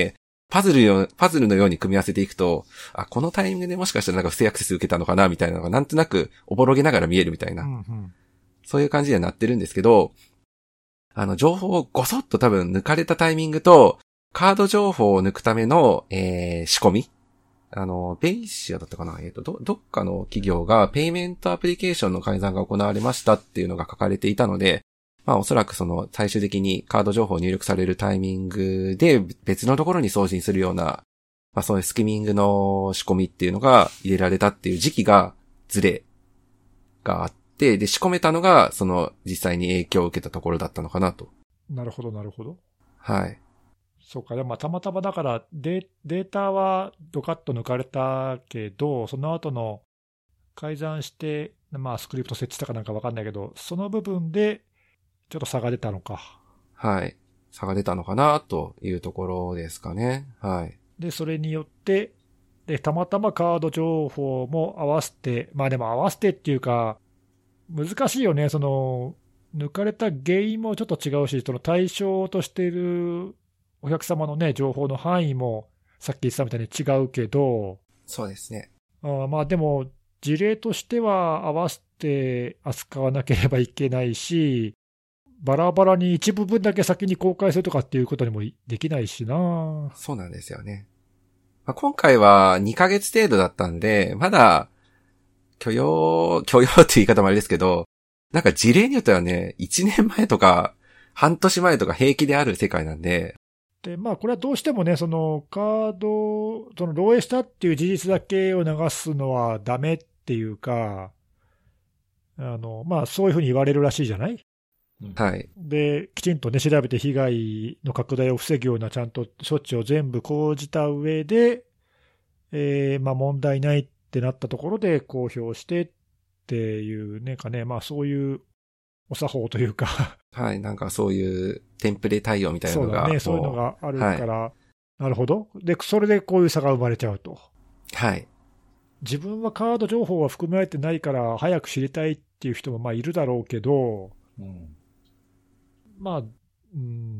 パズルよ、パズルのように組み合わせていくと、あ、このタイミングでもしかしたらなんか不正アクセス受けたのかなみたいなのがなんとなくおぼろげながら見えるみたいな、うんうん、そういう感じにはなってるんですけど、あの、情報をごそっと多分抜かれたタイミングと、カード情報を抜くための、えー、仕込み。あの、ベイシアだったかなえっと、ど、どっかの企業がペイメントアプリケーションの改ざんが行われましたっていうのが書かれていたので、まあおそらくその最終的にカード情報を入力されるタイミングで別のところに送信するような、まあそういうスキミングの仕込みっていうのが入れられたっていう時期がズレがあって、で、仕込めたのがその実際に影響を受けたところだったのかなと。 なるほど、なるほど。 はい。 そうか、でもたまたまだからデ、データはドカッと抜かれたけど、その後の改ざんして、まあ、スクリプト設置したかなんか分かんないけど、その部分でちょっと差が出たのか。 はい。差が出たのかなというところですかね。はい。 で、それによって、で、たまたまカード情報も合わせて、まあでも合わせてっていうか、難しいよね、その、抜かれた原因もちょっと違うし、その対象としているお客様のね、情報の範囲もさっき言ってたみたいに違うけど、 そうですね。 あまあでも、事例としては合わせて扱わなければいけないし、バラバラに一部分だけ先に公開するとかっていうことにもできないしな。 そうなんですよね。まあ、今回はにかげつ程度だったんで、まだ許容、許容って言い方もあれですけど、なんか事例によってはね、いちねんまえとか半年前とか平気である世界なんで、 で、まあ、これはどうしてもね、そのカード、その漏洩したっていう事実だけを流すのはダメっていうか、あの、まあ、そういうふうに言われるらしいじゃない？ はい。 で、きちんとね、調べて被害の拡大を防ぐようなちゃんと処置を全部講じた上で、えー、まあ、問題ないってなったところで公表してっていうね、かね、まあ、そういうお作法というかはい、なんかそういうテンプレ対応みたいなのが。 そうだね、そういうのがあるから、はい、なるほど。で、それでこういう差が生まれちゃうと。 はい。 自分はカード情報は含まれてないから早く知りたいっていう人もまあいるだろうけど、うん、まあ、うん、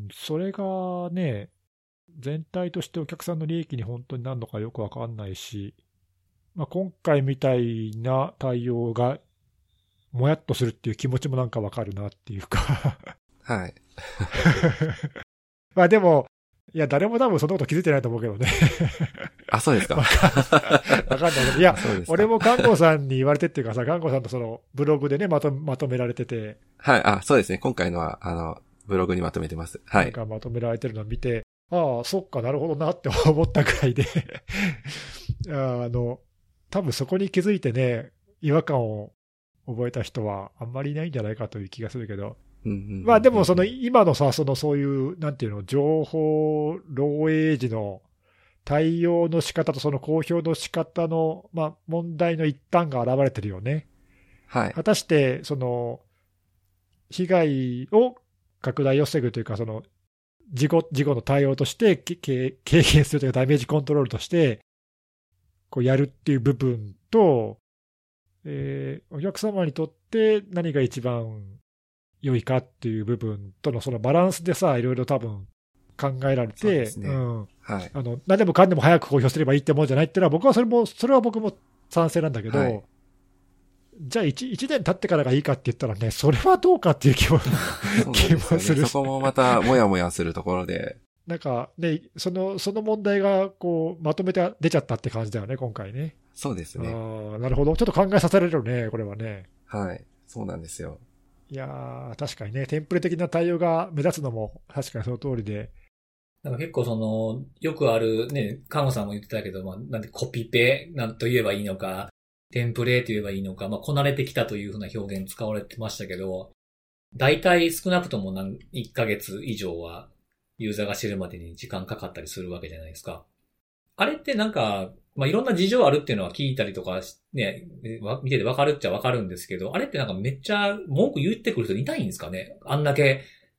それがね、全体としてお客さんの利益に本当になるのかよくわかんないし、まあ、今回みたいな対応がもやっとするっていう気持ちもなんかわかるなっていうかはい。 まあでも、いや、誰も多分そんなこと気づいてないと思うけどねあ、そうですか。わかんないけど、いや、俺も看護さんに言われてっていうかさ、看護さんのそのブログでね、まと、まとめられてて。 はい、あ、そうですね。今回のは、あの、ブログにまとめてます。はい。 なんかまとめられてるのを見て、ああ、そっか、なるほどなって思ったくらいであの、多分そこに気づいてね、違和感を覚えた人はあんまりいないんじゃないかという気がするけど。まあでもその今のさ、そのそういうなんていうの、情報漏洩時の対応の仕方とその公表の仕方のまあ問題の一端が現れてるよね。 はい。 果たしてその被害を拡大を防ぐというか、その事故事故の対応として軽減するというかダメージコントロールとしてこうやるっていう部分と、えー、お客様にとって何が一番良いかっていう部分とのそのバランスでさ、いろいろ多分考えられて、 ね、うん、はい。 あの、何でもかんでも早く公表すればいいってもんじゃないっていうのは、僕はそれも、それは僕も賛成なんだけど、はい、じゃあ 1, 1年経ってからがいいかって言ったらね、それはどうかっていう気も、気もするし。 そこもまたもやもやするところで。 なんかね、その、その問題がこう、まとめて出ちゃったって感じだよね、今回ね。 そうですね。 ああ、なるほど。ちょっと考えさせられるね、これはね。 はい。そうなんですよ。 いやー、確かにね、テンプレ的な対応が目立つのも確かにその通りで。 なんか結構その、よくあるね、看護さんも言ってたけど、まあ、なんでコピペなんと言えばいいのか、テンプレと言えばいいのか、まあ、こなれてきたというふうな表現使われてましたけど、大体少なくとも何いっかげつ以上はユーザーが知るまでに時間かかったりするわけじゃないですか。あれってなんか、まあ、いろんな事情あるっていうのは聞いたりとか、ね、見ててわかるっちゃわかるんですけど、あれってなんかめっちゃ文句言ってくる人いないんですかね？あんだけ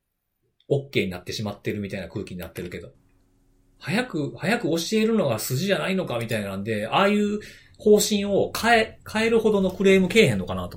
OK になってしまってるみたいな空気になってるけど。早く、早く教えるのが筋じゃないのかみたいなんで、ああいう方針を変え、変えるほどのクレームけえへんのかなと思って。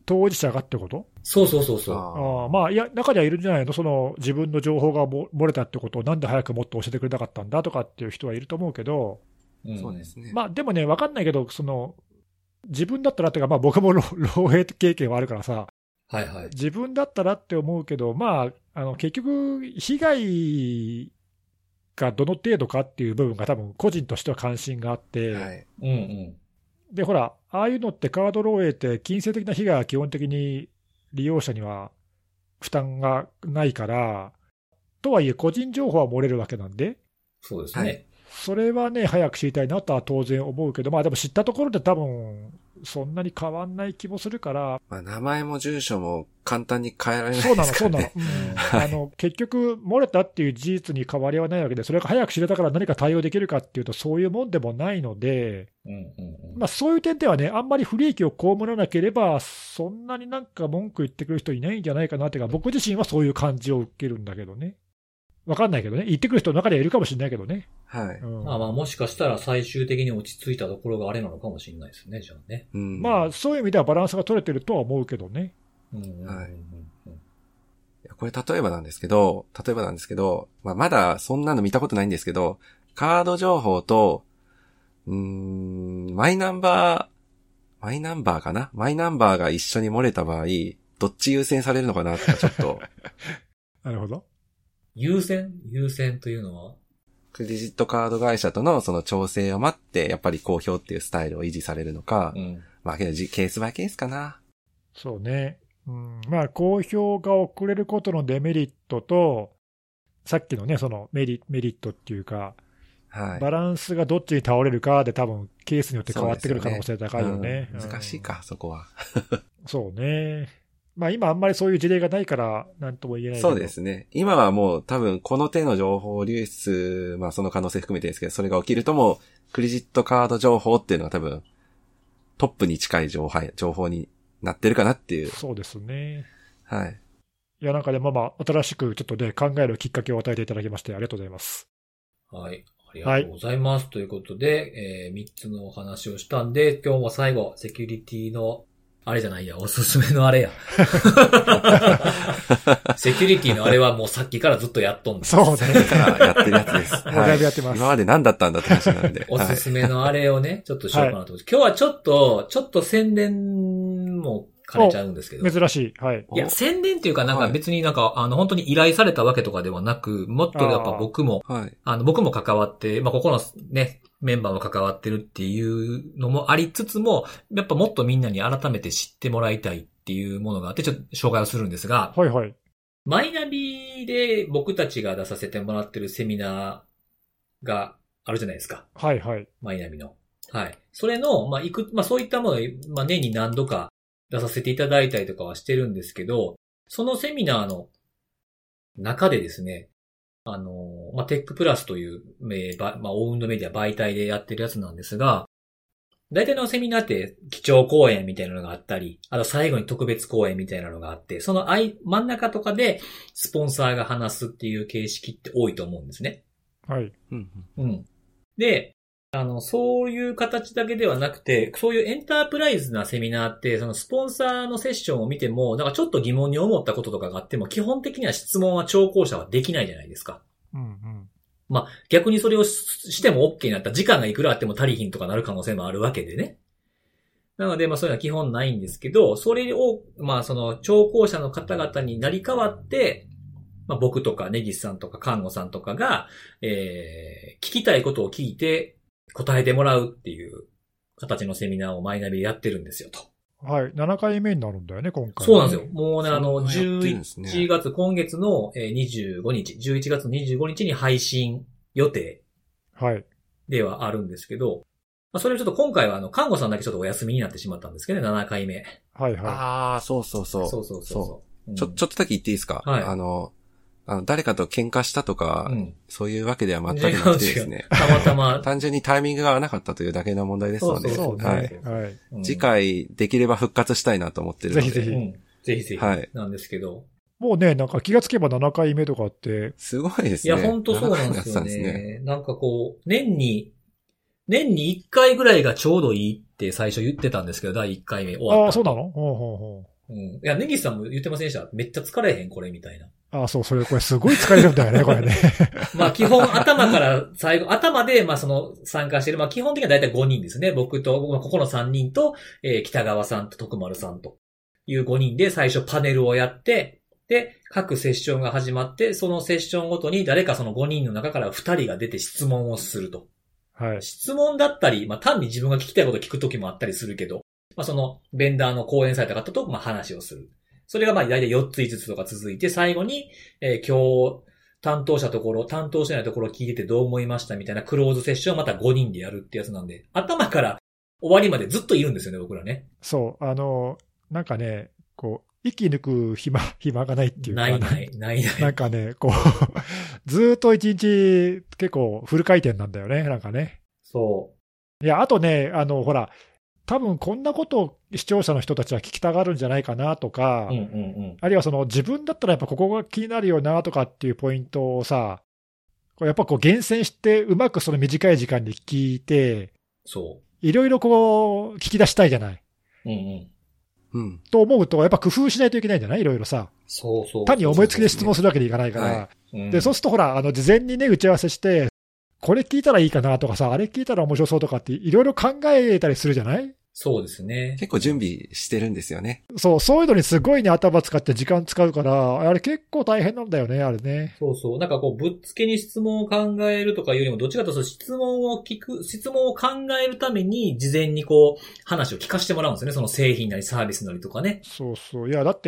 当事者がってこと？ そうそうそうそう。 ああ、まあ、いや、中にはいるんじゃないの？その、自分の情報がも漏れたってことをなんで早くもっと教えてくれなかったんだとかっていう人はいると思うけど、 うん、そうですね。 まあ、でもね、わかんないけど、その、自分だったらっていうか、まあ僕も漏洩経験はあるからさ、 はいはい。 自分だったらって思うけど、まあ、あの、結局、被害がどの程度かっていう部分が多分個人としては関心があって、 はい。 うんうん。 で、ほら、ああいうのってカード漏洩って金銭的な被害は基本的に利用者には負担がないから、とはいえ個人情報は漏れるわけなんで、 そうですね。はい、 それはね、早く知りたいなとは当然思うけど、まあでも知ったところで多分、そんなに変わんない気もするから。 まあ名前も住所も簡単に変えられないですからね。 そうなの、そうなの。うん、あの、結局、漏れたっていう事実に変わりはないわけで、それが早く知れたから何か対応できるかっていうと、そういうもんでもないので、 うんうんうん、 まあそういう点ではね、あんまり不利益を被らなければ、そんなになんか文句言ってくる人いないんじゃないかなっていうか、僕自身はそういう感じを受けるんだけどね。わかんないけどね。言ってくる人の中にはいるかもしれないけどね。 はい。 うん、 まあまあもしかしたら最終的に落ち着いたところがあれなのかもしれないですね、じゃあね。 うん、まあそういう意味ではバランスが取れてるとは思うけどね。 うんうんうんうん、はい。これ例えばなんですけど、例えばなんですけど、まあまだそんなの見たことないんですけど、カード情報と、うーん、マイナンバー、マイナンバーかなマイナンバーが一緒に漏れた場合、どっち優先されるのかなってちょっと。 なるほど。 優先優先というのはクレジットカード会社とのその調整を待って、やっぱり公表っていうスタイルを維持されるのか、うん、まあけどケースバイケースかな。 そうね。うん、まあ公表が遅れることのデメリットと、さっきのね、そのメリ、メリットっていうか、はい、バランスがどっちに倒れるかで多分ケースによって変わってくる可能性高いよね。 うん、難しいか、うん、そこは。 そうね。まあ今あんまりそういう事例がないから何とも言えないけど。 そうですね。今はもう多分この手の情報流出、まあその可能性含めてですけど、それが起きるともうクレジットカード情報っていうのが多分トップに近い情報、情報になってるかなっていう。 そうですね。 はい。 いやなんかね、まあまあ新しくちょっとね、考えるきっかけを与えていただきましてありがとうございます。 はい。ありがとうございます。はい、ということで、えー、みっつのお話をしたんで、今日は最後、セキュリティのあれじゃないや、おすすめのあれや。セキュリティのあれはもうさっきからずっとやっとんです。 そうね。 やってるやつです。 もうだいぶやってます。 今まで何だったんだって話なんで。 おすすめのあれをね、ちょっとしようかなと思って、はい、今日はちょっと、ちょっと宣伝も兼ねちゃうんですけど。 珍しい。はい。 いや、宣伝っていうかなんか別になんか、はい、あの、本当に依頼されたわけとかではなく、もっとやっぱ僕も、あ,、はい、あの、僕も関わって、まあ、ここのね、メンバーも関わってるっていうのもありつつも、やっぱもっとみんなに改めて知ってもらいたいっていうものがあって、ちょっと紹介をするんですが、 はいはい。 マイナビで僕たちが出させてもらってるセミナーがあるじゃないですか。 はいはい。 マイナビの。はい。それの、まあ、いく、まあ、そういったものを、まあ、年に何度か出させていただいたりとかはしてるんですけど、そのセミナーの中でですね、あの、まあ、テックプラスという、えー、まあ、オウンドメディア媒体でやってるやつなんですが、大体のセミナーって基調講演みたいなのがあったり、あと最後に特別講演みたいなのがあって、その間、真ん中とかでスポンサーが話すっていう形式って多いと思うんですね。 はい。 うん。 うん。で、あの、そういう形だけではなくて、そういうエンタープライズなセミナーって、そのスポンサーのセッションを見ても、なんかちょっと疑問に思ったこととかがあっても、基本的には質問は聴講者はできないじゃないですか。 うんうん。 まあ、逆にそれをしても OK になったら時間がいくらあっても足りひんとかなる可能性もあるわけでね。なので、まあそういうのは基本ないんですけど、それを、まあその聴講者の方々になり変わって、まあ僕とかネギスさんとか看護さんとかが、えー、聞きたいことを聞いて答えてもらうっていう形のセミナーをマイナビでやってるんですよと。 はい。ななかいめになるんだよね、今回、ね。 そうなんですよ。もうね、あの、じゅういちがつ、今月のにじゅうごにち、じゅういちがつにじゅうごにちに配信予定。 はい。 ではあるんですけど、まあ、それをちょっと今回はあの、看護さんだけちょっとお休みになってしまったんですけどね、ななかいめ。 はいはい。 ああ、そうそうそう。 そうそうそうそう、うん。 ちょ、ちょっとだけ言っていいですか？はい。あの、あの、誰かと喧嘩したとか、うん、そういうわけでは全くなくてですね。 たまたま。 単純にタイミングが合わなかったというだけの問題ですので。 そうそうそう、 はい。 はい、 うん。次回できれば復活したいなと思ってるので。 ぜひぜひ。 うん、ぜひぜひ。はい。なんですけど。 もうね、なんか気がつけばななかいめとかって。 すごいですね。 いや、ほんとそうなんですよね。ねなんかこう、年に、年にいっかいぐらいがちょうどいいって最初言ってたんですけど、だいいっかいめ終わった。 ああ、そうなの？ほうほうほう。 うん。いや、ネギスさんも言ってませんでした？めっちゃ疲れへんこれみたいな。 ああ、そう、それ、これすごい疲れるんだよね、これね。 まあ基本頭から最後、頭でまあその参加してる、まあ基本的にはだいたいごにんですね。僕と、ここのさんにんと、えー、北川さんと徳丸さんというごにんで最初パネルをやって、で、各セッションが始まって、そのセッションごとに誰かそのごにんの中からふたりが出て質問をすると。 はい。 質問だったり、まあ単に自分が聞きたいことを聞くときもあったりするけど、まあそのベンダーの講演された方とまあ話をする。それがまあ大体よっついつつとか続いて、最後に、えー、今日担当したところ、担当してないところを聞いててどう思いましたみたいなクローズセッションをまたごにんでやるってやつなんで、頭から終わりまでずっといるんですよね、僕らね。 そう、あの、なんかね、こう、息抜く暇、暇がないっていうか。 ないない、ないない。 なんかね、こう、ずーっと一日結構フル回転なんだよね、なんかね。 そう。 いや、あとね、あの、ほら、多分こんなことを視聴者の人たちは聞きたがるんじゃないかなとか、 うんうんうん、 あるいはその自分だったらやっぱここが気になるよなとかっていうポイントをさ、やっぱこう厳選してうまくその短い時間に聞いて、 そう。 いろいろこう聞き出したいじゃない。 うんうん。 うん。 と思うと、やっぱ工夫しないといけないんじゃないいろいろさ。 そうそう。 単に思いつきで質問するわけにいかないから。 はいうん、で、そうするとほら、あの、事前にね、打ち合わせして、これ聞いたらいいかなとかさ、あれ聞いたら面白そうとかっていろいろ考えたりするじゃない？ そうですね。 結構準備してるんですよね。 そう、そういうのにすごいね、頭使って時間使うから、あれ結構大変なんだよね、あれね。 そうそう。なんかこう、ぶっつけに質問を考えるとかいうよりも、どっちかというと質問を聞く、質問を考えるために、事前にこう、話を聞かせてもらうんですよね。その製品なりサービスなりとかね。 そうそう。いや、だって、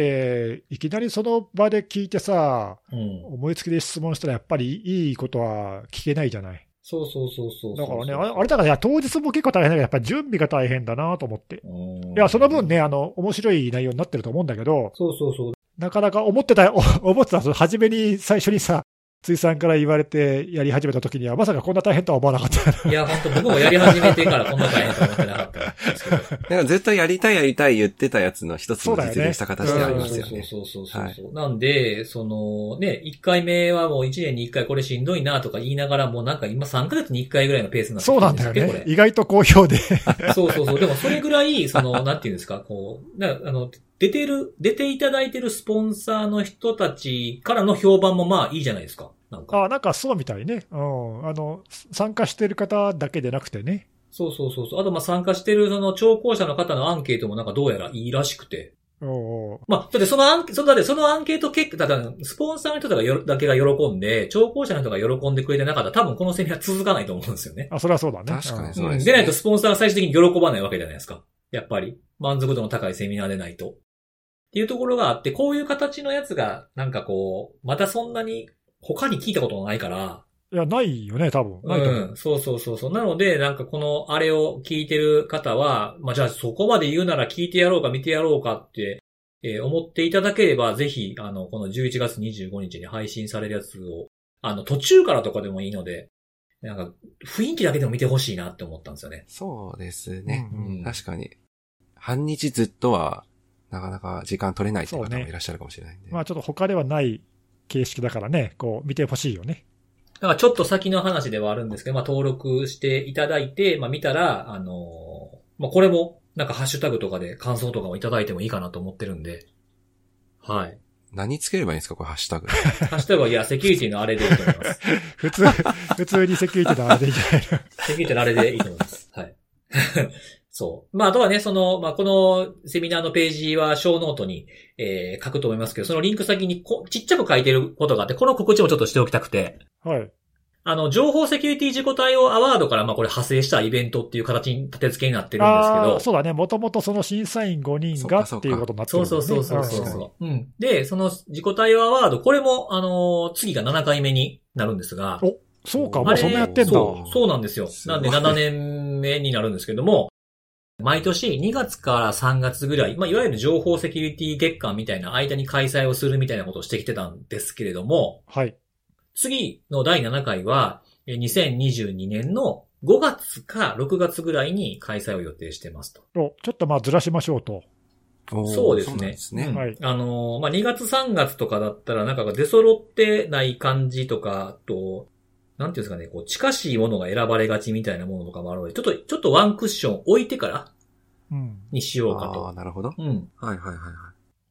いきなりその場で聞いてさ、うん、思いつきで質問したらやっぱりいいことは聞けないじゃない。 そうそうそうそうだからね、あれだから、ね、当日も結構大変だけど、やっぱり準備が大変だなと思って。いや、その分ね、あの、面白い内容になってると思うんだけど、 そうそうそう。 なかなか思ってた、思ってた、初めに最初にさ、辻さんから言われてやり始めた時には、まさかこんな大変とは思わなかった。 いや、本当僕もやり始めてからこんな大変と思ってなかったんですけど。だからずっとやりたいやりたい言ってたやつの一つの実現した形でありますよね。 そうそうそうそうそう、はい。なんで、そのね、いっかいめはもういちねんにいっかいこれしんどいなとか言いながら、もうなんか今さんかげつにいっかいぐらいのペースになってきてるんですけど、 そうなんだよね。意外と好評で。 そうそうそう。でもそれぐらい、その、なんていうんですか、こう、なあの、出てる、出ていただいてるスポンサーの人たちからの評判もまあいいじゃないですか。なんか。 あ、なんかそうみたいね。うん。あの、参加してる方だけでなくてね。 そうそうそうそう。あとまあ参加してるその聴講者の方のアンケートもなんかどうやらいいらしくて。 おうおうまあ、だってそのアンケート、だってそのアンケート結果、だからスポンサーの人がよだけが喜んで、聴講者の人が喜んでくれてなかったら多分このセミナー続かないと思うんですよね。 あ、それはそうだね。 確かにそうですね。 うん。でないとスポンサーが最終的に喜ばないわけじゃないですか。やっぱり。満足度の高いセミナーでないと。っていうところがあって、こういう形のやつが、なんかこう、またそんなに他に聞いたことがないから。 いや、ないよね、多分。ないと思う。 うん。そうそうそうそう。なので、なんかこの、あれを聞いてる方は、まあ、じゃあそこまで言うなら聞いてやろうか見てやろうかって、えー、思っていただければ、ぜひ、あの、このじゅういちがつにじゅうごにちに配信されるやつを、あの、途中からとかでもいいので、なんか、雰囲気だけでも見てほしいなって思ったんですよね。 そうですね。 うんうん、 確かに。半日ずっとは、なかなか時間取れないという方もいらっしゃるかもしれないんで。 ね、まあちょっと他ではない形式だからね、こう見てほしいよね。 だからちょっと先の話ではあるんですけど、まあ登録していただいて、まあ見たら、あのー、まあこれも、なんかハッシュタグとかで感想とかもいただいてもいいかなと思ってるんで。はい。 何つければいいんですかこれハッシュタグ。 ハッシュタグは、いや、セキュリティのあれでいいと思います。 普通、普通にセキュリティのあれでいいんじゃないの？ セキュリティのあれでいいと思います。はい。そう。まあ、あとはね、その、まあ、このセミナーのページは小ノートに、えー、書くと思いますけど、そのリンク先にこちっちゃく書いてることがあって、この告知もちょっとしておきたくて。 はい。 あの、情報セキュリティ自己対応アワードから、まあ、これ派生したイベントっていう形に立て付けになってるんですけど。 ああ、そうだね。もともとその審査員ごにんがっていうことになってるんだね。 そうそうそうそうそう。うん。で、その自己対応アワード、これも、あの、次がななかいめになるんですが。 お、そうか、もうそんなやってんだ。 そう、そうなんですよ。なんでななねんめになるんですけども、毎年にがつからさんがつぐらい、まあ、いわゆる情報セキュリティ月間みたいな間に開催をするみたいなことをしてきてたんですけれども、 はい。 次のだいななかいは、にせんにじゅうにねんのごがつかろくがつぐらいに開催を予定してますと。 お、ちょっとまあずらしましょうと。 そうですね。そうですね。うん、はい。あのー、まあ、にがつさんがつとかだったらなんか出揃ってない感じとか、と、なんていうんですかね、こう、近しいものが選ばれがちみたいなものとかもあるので、ちょっと、ちょっとワンクッション置いてから、にしようかと。 うん、ああ、なるほど。 うん。 はいはいはいはい。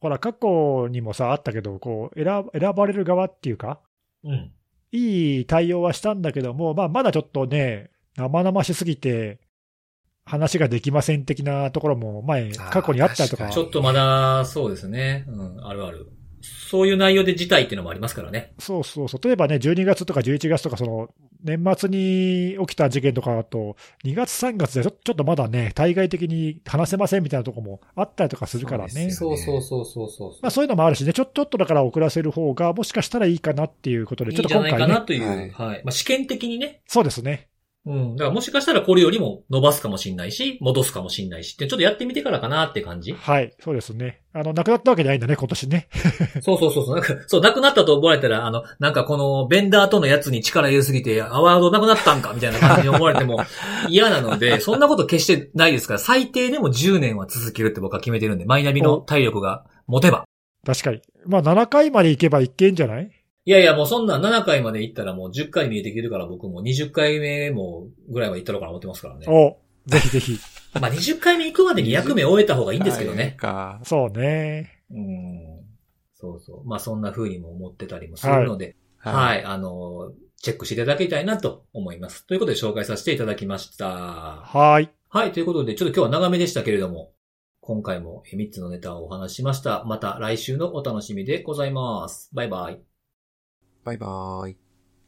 ほら、過去にもさ、あったけど、こう、選、選ばれる側っていうか、 うん。 いい対応はしたんだけども、まあ、まだちょっとね、生々しすぎて、話ができません的なところも前、過去にあったりとか。 ちょっとまだ、そうですね。うん、あるある。そういう内容で辞退っていうのもありますからね。 そうそうそう。例えばね、じゅうにがつとかじゅういちがつとか、その、年末に起きた事件とかだと、にがつさんがつでちょちょっとまだね、対外的に話せませんみたいなところもあったりとかするからね。 そうそうそうそうそう。 まあそういうのもあるしね、ちょ、ちょっとだから遅らせる方が、もしかしたらいいかなっていうことで、ちょっと今回ね。 いいんじゃないかなという、はい。はい。まあ試験的にね。 そうですね。 うん。だからもしかしたらこれよりも伸ばすかもしれないし、戻すかもしれないしって、ちょっとやってみてからかなって感じ。 はい、そうですね。あの、亡くなったわけじゃないんだね、今年ね。 そうそうそうそう。なんか、そう、亡くなったと思われたら、あの、なんかこの、ベンダーとのやつに力入れすぎて、アワードなくなったんかみたいな感じに思われても嫌なので、そんなこと決してないですから、最低でもじゅうねんは続けるって僕は決めてるんで、マイナビの体力が持てば。 確かに。まあ、ななかいまで行けばいけんじゃない？ いやいや、もうそんなななかいまで行ったらもうじゅっかい見えてきてるから僕もにじゅっかいめもぐらいは行ったのかな思ってますからね。 お、ぜひぜひ。 まあにじゅっかいめ行くまでに役目を終えた方がいいんですけどね。 かそうね。 うん。そうそう。まあそんな風にも思ってたりもするので、はい、はい、あの、チェックしていただきたいなと思います。ということで紹介させていただきました。 はい。 はい、ということでちょっと今日は長めでしたけれども、今回もみっつのネタをお話ししました。また来週のお楽しみでございます。バイバイ。 バイバーイ。